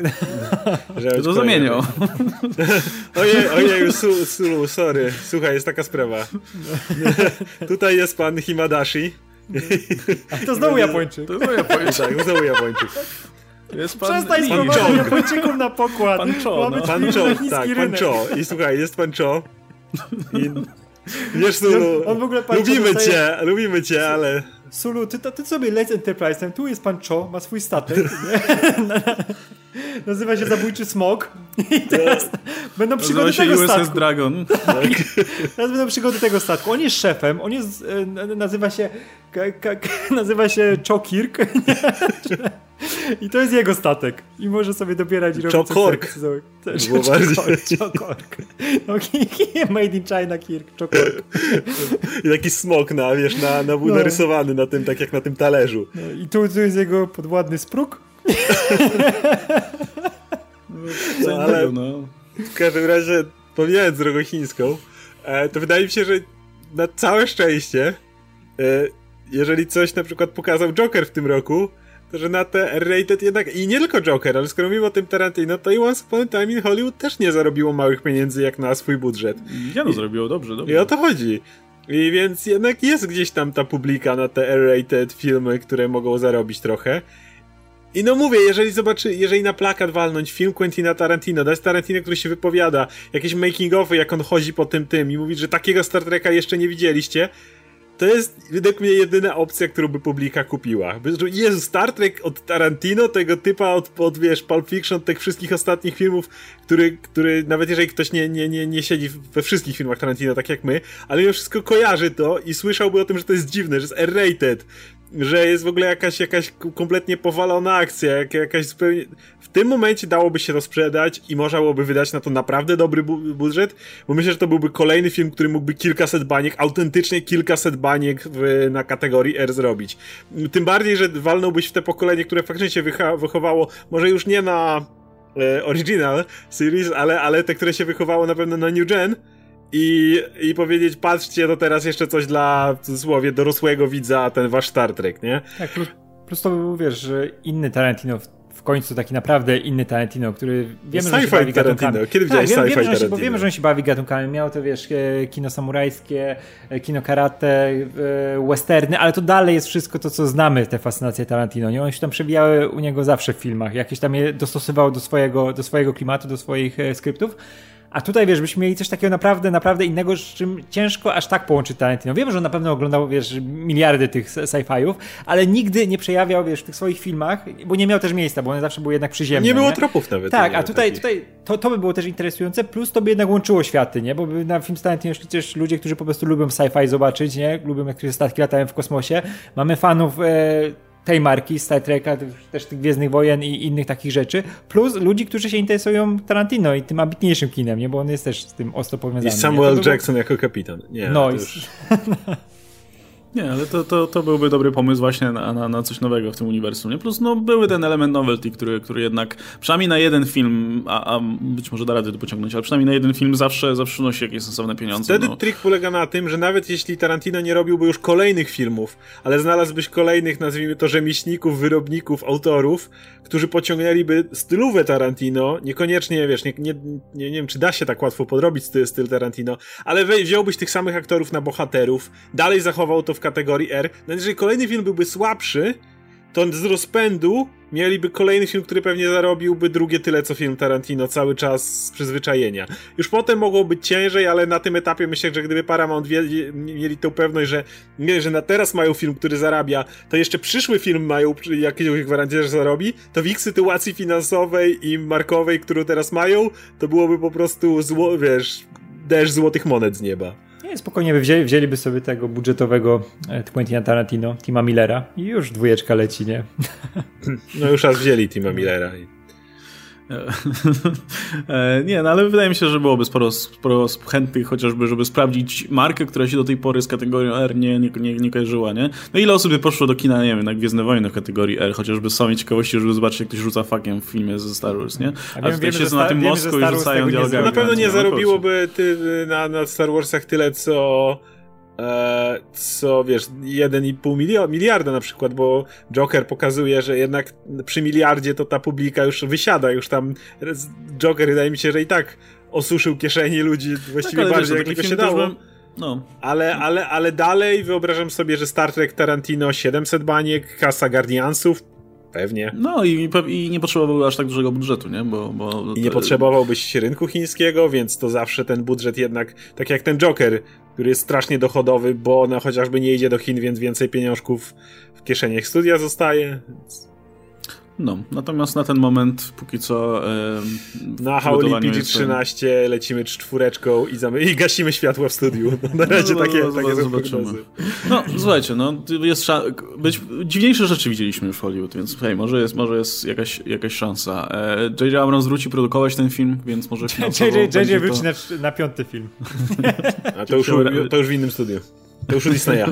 [SPEAKER 1] To, to zamienią.
[SPEAKER 3] Ojej, ojej, Sulu, Sulu, sorry. Słuchaj, jest taka sprawa. Tutaj jest pan Himadashi.
[SPEAKER 2] A to znowu Japończyk.
[SPEAKER 1] To znowu Japończyk.
[SPEAKER 3] Tak, znowu Japończyk.
[SPEAKER 2] Jest pan Przestań sprowadzić Japończyków na pokład.
[SPEAKER 1] Pan Cho, no.
[SPEAKER 3] Pan Cho, tak, pan Cho. I słuchaj, jest pan Cho. I wiesz, Sulu, on w ogóle lubimy dostaje... cię, lubimy cię, ale...
[SPEAKER 2] Sulu, ty, ty sobie leć Enterprise'em, tu jest pan Cho, ma swój statek, nazywa się Zabójczy Smok i teraz no. będą przygody
[SPEAKER 1] nazywa się
[SPEAKER 2] tego
[SPEAKER 1] U S S
[SPEAKER 2] statku.
[SPEAKER 1] Dragon.
[SPEAKER 2] Tak. Teraz będą przygody tego statku. On jest szefem, on jest, nazywa się ka, ka, nazywa się Cho Kirk i to jest jego statek i może sobie dobierać i robić
[SPEAKER 3] Cho Kork.
[SPEAKER 2] Cho Kork. No, made in China Kirk, Cho Kork.
[SPEAKER 3] I taki smok na, wiesz, na, na, no. narysowany na tym, tak jak na tym talerzu.
[SPEAKER 2] No, i tu, tu jest jego podwładny spruk.
[SPEAKER 3] No, ale no. W każdym razie, pomijając drogą chińską, e, to wydaje mi się, że na całe szczęście, e, jeżeli coś na przykład pokazał Joker w tym roku, że na te R-rated jednak, i nie tylko Joker, ale skoro mówimy o tym Tarantino, to i Once Upon a Time in Hollywood też nie zarobiło małych pieniędzy jak na swój budżet.
[SPEAKER 1] Ja no zrobiło dobrze, dobrze.
[SPEAKER 3] I o to chodzi. I więc jednak jest gdzieś tam ta publika na te R-rated filmy, które mogą zarobić trochę. I no mówię, jeżeli zobaczy, jeżeli na plakat walnąć film Quentina Tarantino, dać Tarantino, który się wypowiada, jakieś making-offy, jak on chodzi po tym tym i mówi, że takiego Star Treka jeszcze nie widzieliście, to jest według mnie jedyna opcja, którą by publika kupiła. Jezu, Star Trek od Tarantino, tego typa od, od wiesz, Pulp Fiction, tych wszystkich ostatnich filmów, który, który nawet jeżeli ktoś nie, nie, nie, nie siedzi we wszystkich filmach Tarantino, tak jak my, ale mimo wszystko kojarzy to i słyszałby o tym, że to jest dziwne, że jest R-rated, że jest w ogóle jakaś, jakaś kompletnie powalona akcja, jak, jakaś zupełnie... W tym momencie dałoby się to sprzedać i można byłoby wydać na to naprawdę dobry bu- budżet, bo myślę, że to byłby kolejny film, który mógłby kilkaset baniek, autentycznie kilkaset baniek w, na kategorii R zrobić. Tym bardziej, że walnąłbyś w te pokolenie, które faktycznie się wycha- wychowało, może już nie na e, original series, ale, ale te, które się wychowało na pewno na New Gen, I, i powiedzieć, patrzcie, to teraz jeszcze coś dla, w cudzysłowie, dorosłego widza, ten wasz Star Trek, nie?
[SPEAKER 2] Tak, plus, plus to był, wiesz, że inny Tarantino, w, w końcu taki naprawdę inny Tarantino, który wiemy, że się bawi gatunkami.
[SPEAKER 3] Kiedy widziałeś
[SPEAKER 2] tak,
[SPEAKER 3] sci-fi
[SPEAKER 2] wiemy,
[SPEAKER 3] Tarantino?
[SPEAKER 2] Bo wiemy, że on się bawi gatunkami. Miał to, wiesz, kino samurajskie, kino karate, westerny, ale to dalej jest wszystko to, co znamy, te fascynacje Tarantino. Nie? One się tam przewijały u niego zawsze w filmach. Jakieś tam je dostosował do swojego, do swojego klimatu, do swoich skryptów. A tutaj, wiesz, byśmy mieli coś takiego naprawdę, naprawdę innego, z czym ciężko aż tak połączyć Tarantino. Wiem, że on na pewno oglądał, wiesz, miliardy tych sci-fiów, ale nigdy nie przejawiał, wiesz, w tych swoich filmach, bo nie miał też miejsca, bo one zawsze były jednak przyziemne.
[SPEAKER 3] Nie było
[SPEAKER 2] nie?
[SPEAKER 3] tropów nawet.
[SPEAKER 2] Tak, a tutaj, tutaj to, to by było też interesujące, plus to by jednak łączyło światy, nie? Bo by na film z Tarantino szli też ludzie, którzy po prostu lubią sci-fi zobaczyć, nie? Lubią, jak którzy statki latają w kosmosie. Mamy fanów... E, tej marki, Star Treka, też tych Gwiezdnych Wojen i innych takich rzeczy, plus ludzi, którzy się interesują Tarantino i tym ambitniejszym kinem, nie? Bo on jest też z tym ostro powiązany.
[SPEAKER 3] I Samuel Jackson było... jako kapitan. Nie,
[SPEAKER 2] no i...
[SPEAKER 3] już...
[SPEAKER 1] Nie, ale to, to, to byłby dobry pomysł właśnie na, na, na coś nowego w tym uniwersum. Nie? Plus no, były ten element novelty, który, który jednak przynajmniej na jeden film, a, a być może da radę to pociągnąć, ale przynajmniej na jeden film zawsze, zawsze przynosi jakieś sensowne pieniądze.
[SPEAKER 3] Wtedy
[SPEAKER 1] no.
[SPEAKER 3] trik polega na tym, że nawet jeśli Tarantino nie robiłby już kolejnych filmów, ale znalazłbyś kolejnych, nazwijmy to, rzemieślników, wyrobników, autorów, którzy pociągnęliby stylówę Tarantino, niekoniecznie, wiesz, nie, nie, nie, nie wiem, czy da się tak łatwo podrobić styl, styl Tarantino, ale wziąłbyś tych samych aktorów na bohaterów, dalej zachował to w kategorii R. No jeżeli kolejny film byłby słabszy, to z rozpędu mieliby kolejny film, który pewnie zarobiłby drugie tyle, co film Tarantino, cały czas z przyzwyczajenia. Już potem mogło być ciężej, ale na tym etapie myślę, że gdyby Paramount wie, mieli tę pewność, że, że na teraz mają film, który zarabia, to jeszcze przyszły film mają jakiegoś gwarancję, że zarobi, to w ich sytuacji finansowej i markowej, którą teraz mają, to byłoby po prostu zło, wiesz, deszcz złotych monet z nieba.
[SPEAKER 2] Nie, spokojnie by wzięli, wzięliby sobie tego budżetowego Quentina Tarantino, Tima Millera i już dwójeczka leci, nie?
[SPEAKER 3] No już raz wzięli Tima Millera.
[SPEAKER 1] Nie, no ale wydaje mi się, że byłoby sporo, sporo chętnych chociażby, żeby sprawdzić markę, która się do tej pory z kategorią R nie, nie, nie, nie kojarzyła, nie? No ile osób by poszło do kina, nie wiem, na Gwiezdne Wojny w kategorii R, chociażby z samej ciekawości, żeby zobaczyć, jak ktoś rzuca fakiem w filmie ze Star Wars, nie? A, A tutaj siedzą na tym mostku i rzucają dialogami.
[SPEAKER 3] Na pewno nie zarobiłoby ty, na, na Star Warsach tyle, co e, co, wiesz, jeden i pół miliarda na przykład, bo Joker pokazuje, że jednak przy miliardzie to ta publika już wysiada, już tam Joker, wydaje mi się, że i tak osuszył kieszeni ludzi właściwie tak, bardziej, jak tylko się dało. Bym... No. Ale, ale, ale dalej wyobrażam sobie, że Star Trek Tarantino siedemset baniek, kasa Guardiansów, pewnie.
[SPEAKER 1] No i, i nie potrzebowałby aż tak dużego budżetu, nie? Bo, bo
[SPEAKER 3] I nie to... potrzebowałbyś rynku chińskiego, więc to zawsze ten budżet jednak, tak jak ten Joker, który jest strasznie dochodowy, bo no, chociażby nie idzie do Chin, więc więcej pieniążków w kieszeniach studia zostaje. Więc...
[SPEAKER 1] No, natomiast na ten moment póki co e,
[SPEAKER 3] na Hauli P G trzynaście jest... lecimy czwóreczką i, zamy- i gasimy światła w studiu. No, na razie no, takie, no, takie no, zobaczymy.
[SPEAKER 1] No, słuchajcie, no jest szan- być, dziwniejsze rzeczy widzieliśmy już w Hollywood, więc hej, może jest, może jest jakaś, jakaś szansa. E, J J Abrams wróci produkować ten film, więc może
[SPEAKER 2] J J wróci to... na, na piąty film.
[SPEAKER 3] A to już, to już w innym studiu. To już u Disneya.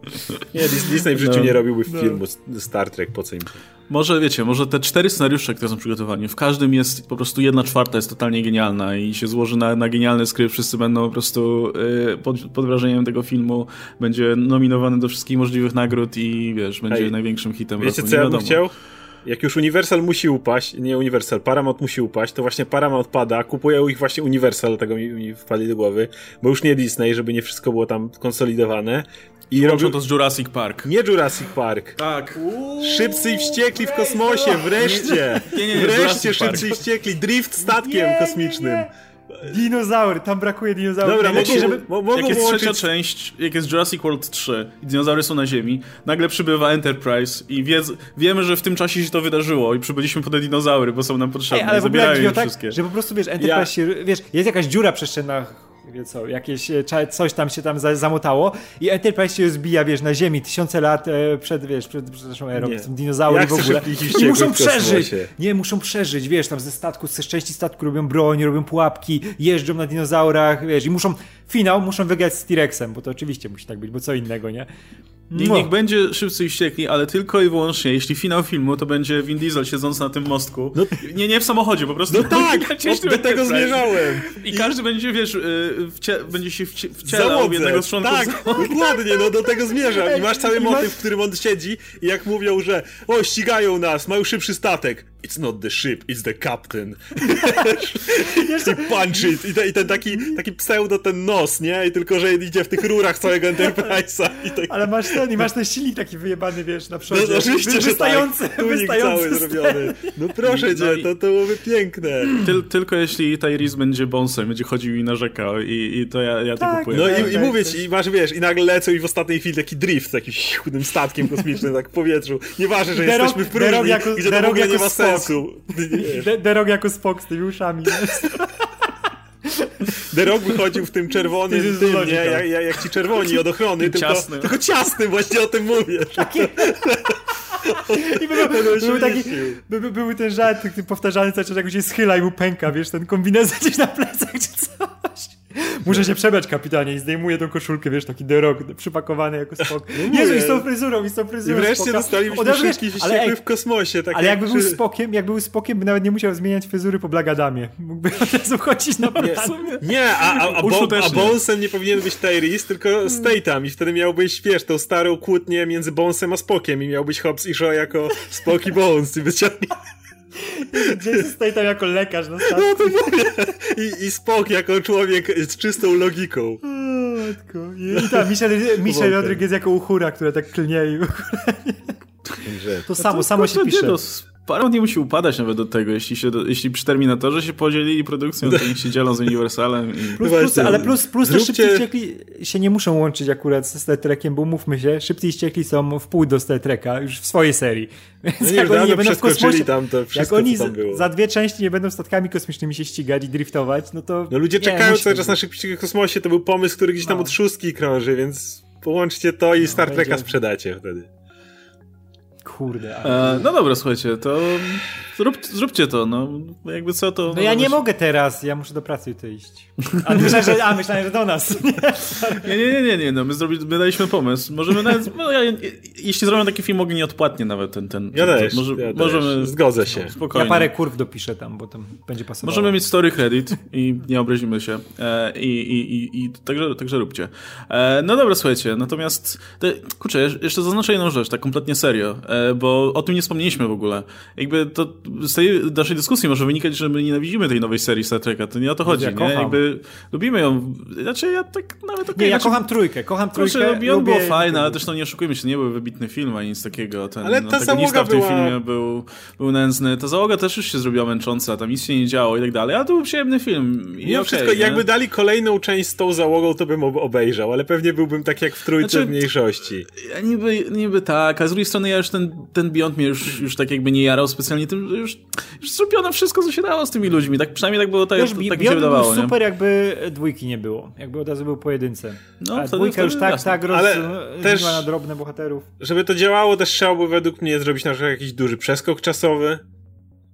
[SPEAKER 3] Nie, Disney w życiu
[SPEAKER 1] no,
[SPEAKER 3] nie robiłby
[SPEAKER 1] no.
[SPEAKER 3] filmu Star Trek, po co im to?
[SPEAKER 1] Może wiecie, może te cztery scenariusze, które są przygotowane, w każdym jest po prostu jedna czwarta jest totalnie genialna i się złoży na, na genialny skrypt, wszyscy będą po prostu yy, pod, pod wrażeniem tego filmu, będzie nominowany do wszystkich możliwych nagród i wiesz, będzie Ej, największym hitem
[SPEAKER 3] wiecie,
[SPEAKER 1] roku.
[SPEAKER 3] Co ja bym chciał? Jak już Universal musi upaść, nie Universal, Paramount musi upaść, to właśnie Paramount pada, kupują ich właśnie Universal, tego mi, mi wpadli do głowy, bo już nie Disney, żeby nie wszystko było tam konsolidowane.
[SPEAKER 1] I robią to z Jurassic Park.
[SPEAKER 3] Nie Jurassic Park.
[SPEAKER 1] Tak.
[SPEAKER 3] Szybcy i wściekli w kosmosie, wreszcie. Nie, nie, nie, wreszcie Szybcy i wściekli. Drift statkiem nie, kosmicznym. Nie,
[SPEAKER 2] nie. Dinozaury, tam brakuje dinozaurów.
[SPEAKER 3] Dobra, mogą, żeby... mogą
[SPEAKER 1] jak jest
[SPEAKER 3] połączyć...
[SPEAKER 1] trzecia część, jak jest Jurassic World trzy i dinozaury są na Ziemi, nagle przybywa Enterprise i wie, wiemy, że w tym czasie się to wydarzyło i przybyliśmy po te dinozaury, bo są nam potrzebne.
[SPEAKER 2] Ej, ale
[SPEAKER 1] i zabierają je
[SPEAKER 2] tak,
[SPEAKER 1] wszystkie.
[SPEAKER 2] Że po prostu wiesz, Enterprise ja... się, wiesz, jest jakaś dziura przestrzenna, wie co, jakieś coś tam się tam zamotało i Enterprise się zbija, wiesz, na Ziemi tysiące lat e, przed, wiesz, przed, przed naszą erą, nie. Są dinozaury
[SPEAKER 3] Jak
[SPEAKER 2] w ogóle. I muszą przeżyć. Nie, muszą przeżyć, wiesz, tam ze statku, ze części statku robią broń, robią pułapki, jeżdżą na dinozaurach, wiesz, i muszą, finał muszą wygrać z T-Rexem, bo to oczywiście musi tak być, bo co innego, nie?
[SPEAKER 1] Niech, niech będzie Szybcy i Wściekli, ale tylko i wyłącznie, jeśli finał filmu, to będzie Vin Diesel siedząc na tym mostku. No, nie, nie w samochodzie, po prostu.
[SPEAKER 3] No tak, do, do tego zmierzałem.
[SPEAKER 1] I, I każdy będzie, wiesz, wcie, będzie się wcie, wcielał w jednego z członków.
[SPEAKER 3] Tak, dokładnie, no do tego zmierzam. I masz cały motyw, w którym on siedzi i jak mówią, że o, ścigają nas, mają szybszy statek. It's not the ship, it's the captain. I punch it. I, te, i ten taki, taki pseudo ten nos, nie? I tylko, że idzie w tych rurach całego Enterprise'a. I tak...
[SPEAKER 2] Ale masz ten, i masz ten silnik taki wyjebany, wiesz, na przodzie.
[SPEAKER 3] No oczywiście,
[SPEAKER 2] wystający,
[SPEAKER 3] że tak.
[SPEAKER 2] wystający
[SPEAKER 3] cały zrobiony. No proszę cię, to, to byłoby piękne.
[SPEAKER 1] Tyl, tylko jeśli Tyrese będzie bonsem, będzie chodził i narzekał i, i to ja, ja
[SPEAKER 2] tak,
[SPEAKER 1] to kupuję.
[SPEAKER 3] No
[SPEAKER 2] tak,
[SPEAKER 3] i, i
[SPEAKER 2] tak,
[SPEAKER 3] mówię
[SPEAKER 2] tak.
[SPEAKER 3] ci, i masz, wiesz, i nagle lecą i w ostatniej chwili taki drift, taki tym statkiem kosmicznym, tak w powietrzu. Nieważne, że
[SPEAKER 2] The
[SPEAKER 3] jesteśmy
[SPEAKER 2] Rock,
[SPEAKER 3] w próżni,
[SPEAKER 2] jako,
[SPEAKER 3] gdzie to w ogóle nie ma sensu.
[SPEAKER 2] The Rock jako Spock z tymi uszami.
[SPEAKER 3] The Rock wychodził w tym czerwonym tym, nie? Jak, jak, jak ci czerwoni od ochrony, tylko ciasnym. tylko ciasnym, właśnie o tym mówię.
[SPEAKER 2] I był, był, był taki, by, był ten żart powtarzany cały czas, jak się schyla i mu pęka, wiesz, ten kombinezon gdzieś na plecach czy coś. Muszę się przebrać, kapitanie, i zdejmuję tą koszulkę, wiesz, taki The Rock, przypakowany jako Spock. No Jezu, i z tą fryzurą, i z tą fryzurą.
[SPEAKER 3] I wreszcie dostaliśmy szybki wściekły w kosmosie. Tak
[SPEAKER 2] ale
[SPEAKER 3] jak
[SPEAKER 2] jakby był Spockiem, jak był Spockiem, by nawet nie musiał zmieniać fryzury po Black Adamie. Mógłby od razu chodzić na pracę.
[SPEAKER 3] Nie, nie, a, a, a, bo, a Bonesem nie powinien być Tyrese, tylko Statham i wtedy miałbyś, wiesz, tą starą kłótnię między Bonesem a Spockiem i miałbyś Hobbs i Shaw jako Spock i Bones i wyciągnie...
[SPEAKER 2] Jason Statham jako lekarz na statku.
[SPEAKER 3] No to mówię. I, I Spock jako człowiek z czystą logiką.
[SPEAKER 2] Matko. I, i tam Michelle, Michelle Rodriguez jako uchura, która tak klnie i w ogóle nie. To samo,
[SPEAKER 1] to,
[SPEAKER 2] samo
[SPEAKER 1] to,
[SPEAKER 2] się
[SPEAKER 1] to,
[SPEAKER 2] pisze.
[SPEAKER 1] To, Paramount nie musi upadać nawet do tego, jeśli, się, jeśli przy Terminatorze się podzielili produkcją, to niech się dzielą z Universalem. I...
[SPEAKER 2] Plus, plus, ale plus, plus Zróbcie... też Szybcy i Wściekli się nie muszą łączyć akurat ze Star Trekiem, bo umówmy się, Szybcy i Wściekli są w pół do Star Treka już w swojej serii. Więc
[SPEAKER 3] no
[SPEAKER 2] jak
[SPEAKER 3] nie,
[SPEAKER 2] oni nie będą w kosmosie,
[SPEAKER 3] tam to wszystko,
[SPEAKER 2] jak oni
[SPEAKER 3] tam było.
[SPEAKER 2] za dwie części nie będą statkami kosmicznymi się ścigać i driftować, no to...
[SPEAKER 3] No ludzie
[SPEAKER 2] nie,
[SPEAKER 3] czekają cały czas na Szybkich w kosmosie, to był pomysł, który gdzieś tam no. od szóstki krąży, więc połączcie to i no, Star Treka będzie... sprzedacie wtedy.
[SPEAKER 2] Kurde. Ale...
[SPEAKER 1] E, no dobra, słuchajcie, to zrób, zróbcie to, no jakby co to...
[SPEAKER 2] No,
[SPEAKER 1] no
[SPEAKER 2] ja nie
[SPEAKER 1] właśnie...
[SPEAKER 2] mogę teraz, ja muszę do pracy jutro iść. A myślałem, że, a, myślałem, że do nas.
[SPEAKER 1] Nie, nie, nie, nie, nie, no my, zrobi, my daliśmy pomysł. Możemy nawet, no, ja, jeśli zrobią taki film, mogę nieodpłatnie nawet ten... ten, ten
[SPEAKER 3] ja też,
[SPEAKER 1] to, może,
[SPEAKER 3] ja
[SPEAKER 1] możemy,
[SPEAKER 3] też. Zgodzę się.
[SPEAKER 1] Spokojnie.
[SPEAKER 2] Ja parę kurw dopiszę tam, bo tam będzie pasowało.
[SPEAKER 1] Możemy mieć story credit i nie obrazimy się. E, i, i, i, i także, także róbcie. E, no dobra, słuchajcie, natomiast te, kurczę, jeszcze zaznaczę jedną rzecz, tak kompletnie serio, e, bo o tym nie wspomnieliśmy w ogóle. Jakby to z tej naszej dyskusji może wynikać, że my nienawidzimy tej nowej serii Star Treka. To nie o to chodzi,
[SPEAKER 2] ja
[SPEAKER 1] nie?
[SPEAKER 2] kocham.
[SPEAKER 1] Jakby lubimy ją. Znaczy ja tak nawet okej.
[SPEAKER 2] Nie, ja
[SPEAKER 1] znaczy,
[SPEAKER 2] kocham trójkę, kocham trójkę.
[SPEAKER 1] Znaczy, lubię, on
[SPEAKER 2] lubię...
[SPEAKER 1] było fajne, ale też no nie oszukujmy się, to nie był wybitny film ani nic takiego. Ten
[SPEAKER 3] ale ta
[SPEAKER 1] antagonista w tym
[SPEAKER 3] była...
[SPEAKER 1] filmie był, był nędzny. Ta załoga też już się zrobiła męcząca, tam nic się nie działo i tak dalej, ale to był przyjemny film. I
[SPEAKER 3] Mimo
[SPEAKER 1] okay,
[SPEAKER 3] wszystko,
[SPEAKER 1] nie?
[SPEAKER 3] jakby dali kolejną część z tą załogą, to bym obejrzał, ale pewnie byłbym tak jak w trójce
[SPEAKER 1] znaczy,
[SPEAKER 3] w mniejszości.
[SPEAKER 1] Ja niby, niby tak, a z drugiej strony ja już ten, ten Beyond mnie już, już tak jakby nie jarał specjalnie tym, że już, już zrobiono wszystko, co się dało z tymi ludźmi. Tak przynajmniej tak było, tak,
[SPEAKER 2] Wiesz,
[SPEAKER 1] tak mi
[SPEAKER 2] się
[SPEAKER 1] wydawało.
[SPEAKER 2] Był super, jakby dwójki nie było. Jakby od razu był pojedynce.
[SPEAKER 1] No,
[SPEAKER 2] a
[SPEAKER 1] wtedy,
[SPEAKER 2] dwójka
[SPEAKER 1] wtedy
[SPEAKER 2] już tak,
[SPEAKER 1] jasne.
[SPEAKER 2] tak rozbiła
[SPEAKER 3] też,
[SPEAKER 2] na drobne bohaterów.
[SPEAKER 3] Żeby to działało, też trzeba by według mnie zrobić na przykład jakiś duży przeskok czasowy.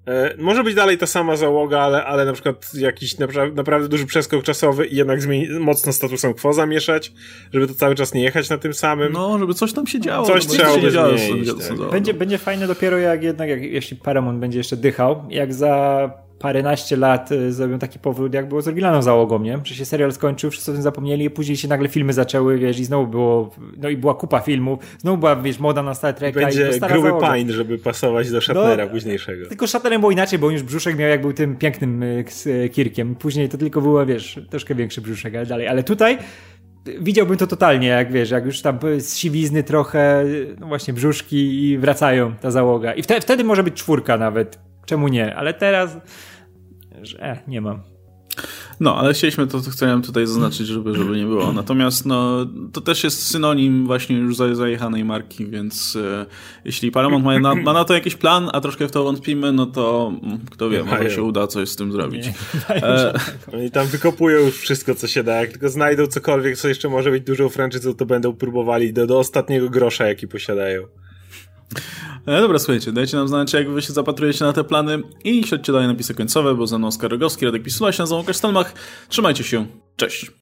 [SPEAKER 3] E, może być dalej ta sama załoga, ale, ale na przykład jakiś napra- naprawdę duży przeskok czasowy i jednak zmieni- mocno statusem quo zamieszać, żeby to cały czas nie jechać na tym samym.
[SPEAKER 1] No, żeby coś tam się działo.
[SPEAKER 3] Coś
[SPEAKER 1] no,
[SPEAKER 3] trzeba
[SPEAKER 1] się działo,
[SPEAKER 3] zmienić,
[SPEAKER 1] co-
[SPEAKER 3] tak.
[SPEAKER 1] co- co-
[SPEAKER 2] Będzie, będzie fajne dopiero jak jednak, jak, jeśli Paramount będzie jeszcze dychał, jak za paręnaście lat y, zrobią taki powrót, jak było z oryginalną załogą, nie? Że się serial skończył, wszyscy o tym zapomnieli i później się nagle filmy zaczęły, wiesz, i znowu było, no i była kupa filmów, znowu była, wiesz, moda na Star Treka.
[SPEAKER 3] Będzie
[SPEAKER 2] i stara
[SPEAKER 3] gruby
[SPEAKER 2] załoga.
[SPEAKER 3] pain, żeby pasować do Shatnera
[SPEAKER 2] No,
[SPEAKER 3] późniejszego.
[SPEAKER 2] Tylko Shatnerem było inaczej, bo on już brzuszek miał, jak był tym pięknym y, z, y, Kirkiem. Później to tylko było, wiesz, troszkę większy brzuszek, ale dalej. Ale tutaj widziałbym to totalnie, jak wiesz, jak już tam z siwizny trochę, no właśnie brzuszki i wracają ta załoga. I wte, wtedy może być czwórka nawet. Czemu nie? Ale teraz, że e, nie mam.
[SPEAKER 1] No, ale chcieliśmy to, to chciałem tutaj zaznaczyć, żeby, żeby nie było. Natomiast no, to też jest synonim właśnie już zajechanej marki, więc e, jeśli Paramount ma na, ma na to jakiś plan, a troszkę w to wątpimy, no to mm, kto wie, może się uda coś z tym zrobić.
[SPEAKER 2] Nie,
[SPEAKER 1] e,
[SPEAKER 3] Oni tam wykopują już wszystko, co się da. Jak tylko znajdą cokolwiek, co jeszcze może być dużą franczyzą, to będą próbowali do, do ostatniego grosza, jaki posiadają.
[SPEAKER 1] E, dobra, słuchajcie, dajcie nam znać, jak wy się zapatrujecie na te plany i śledźcie dalej napisy końcowe, bo ze mną Oskar Rogowski, Radek Pisula, się nazywam Łukasz Stelmach. Trzymajcie się, cześć!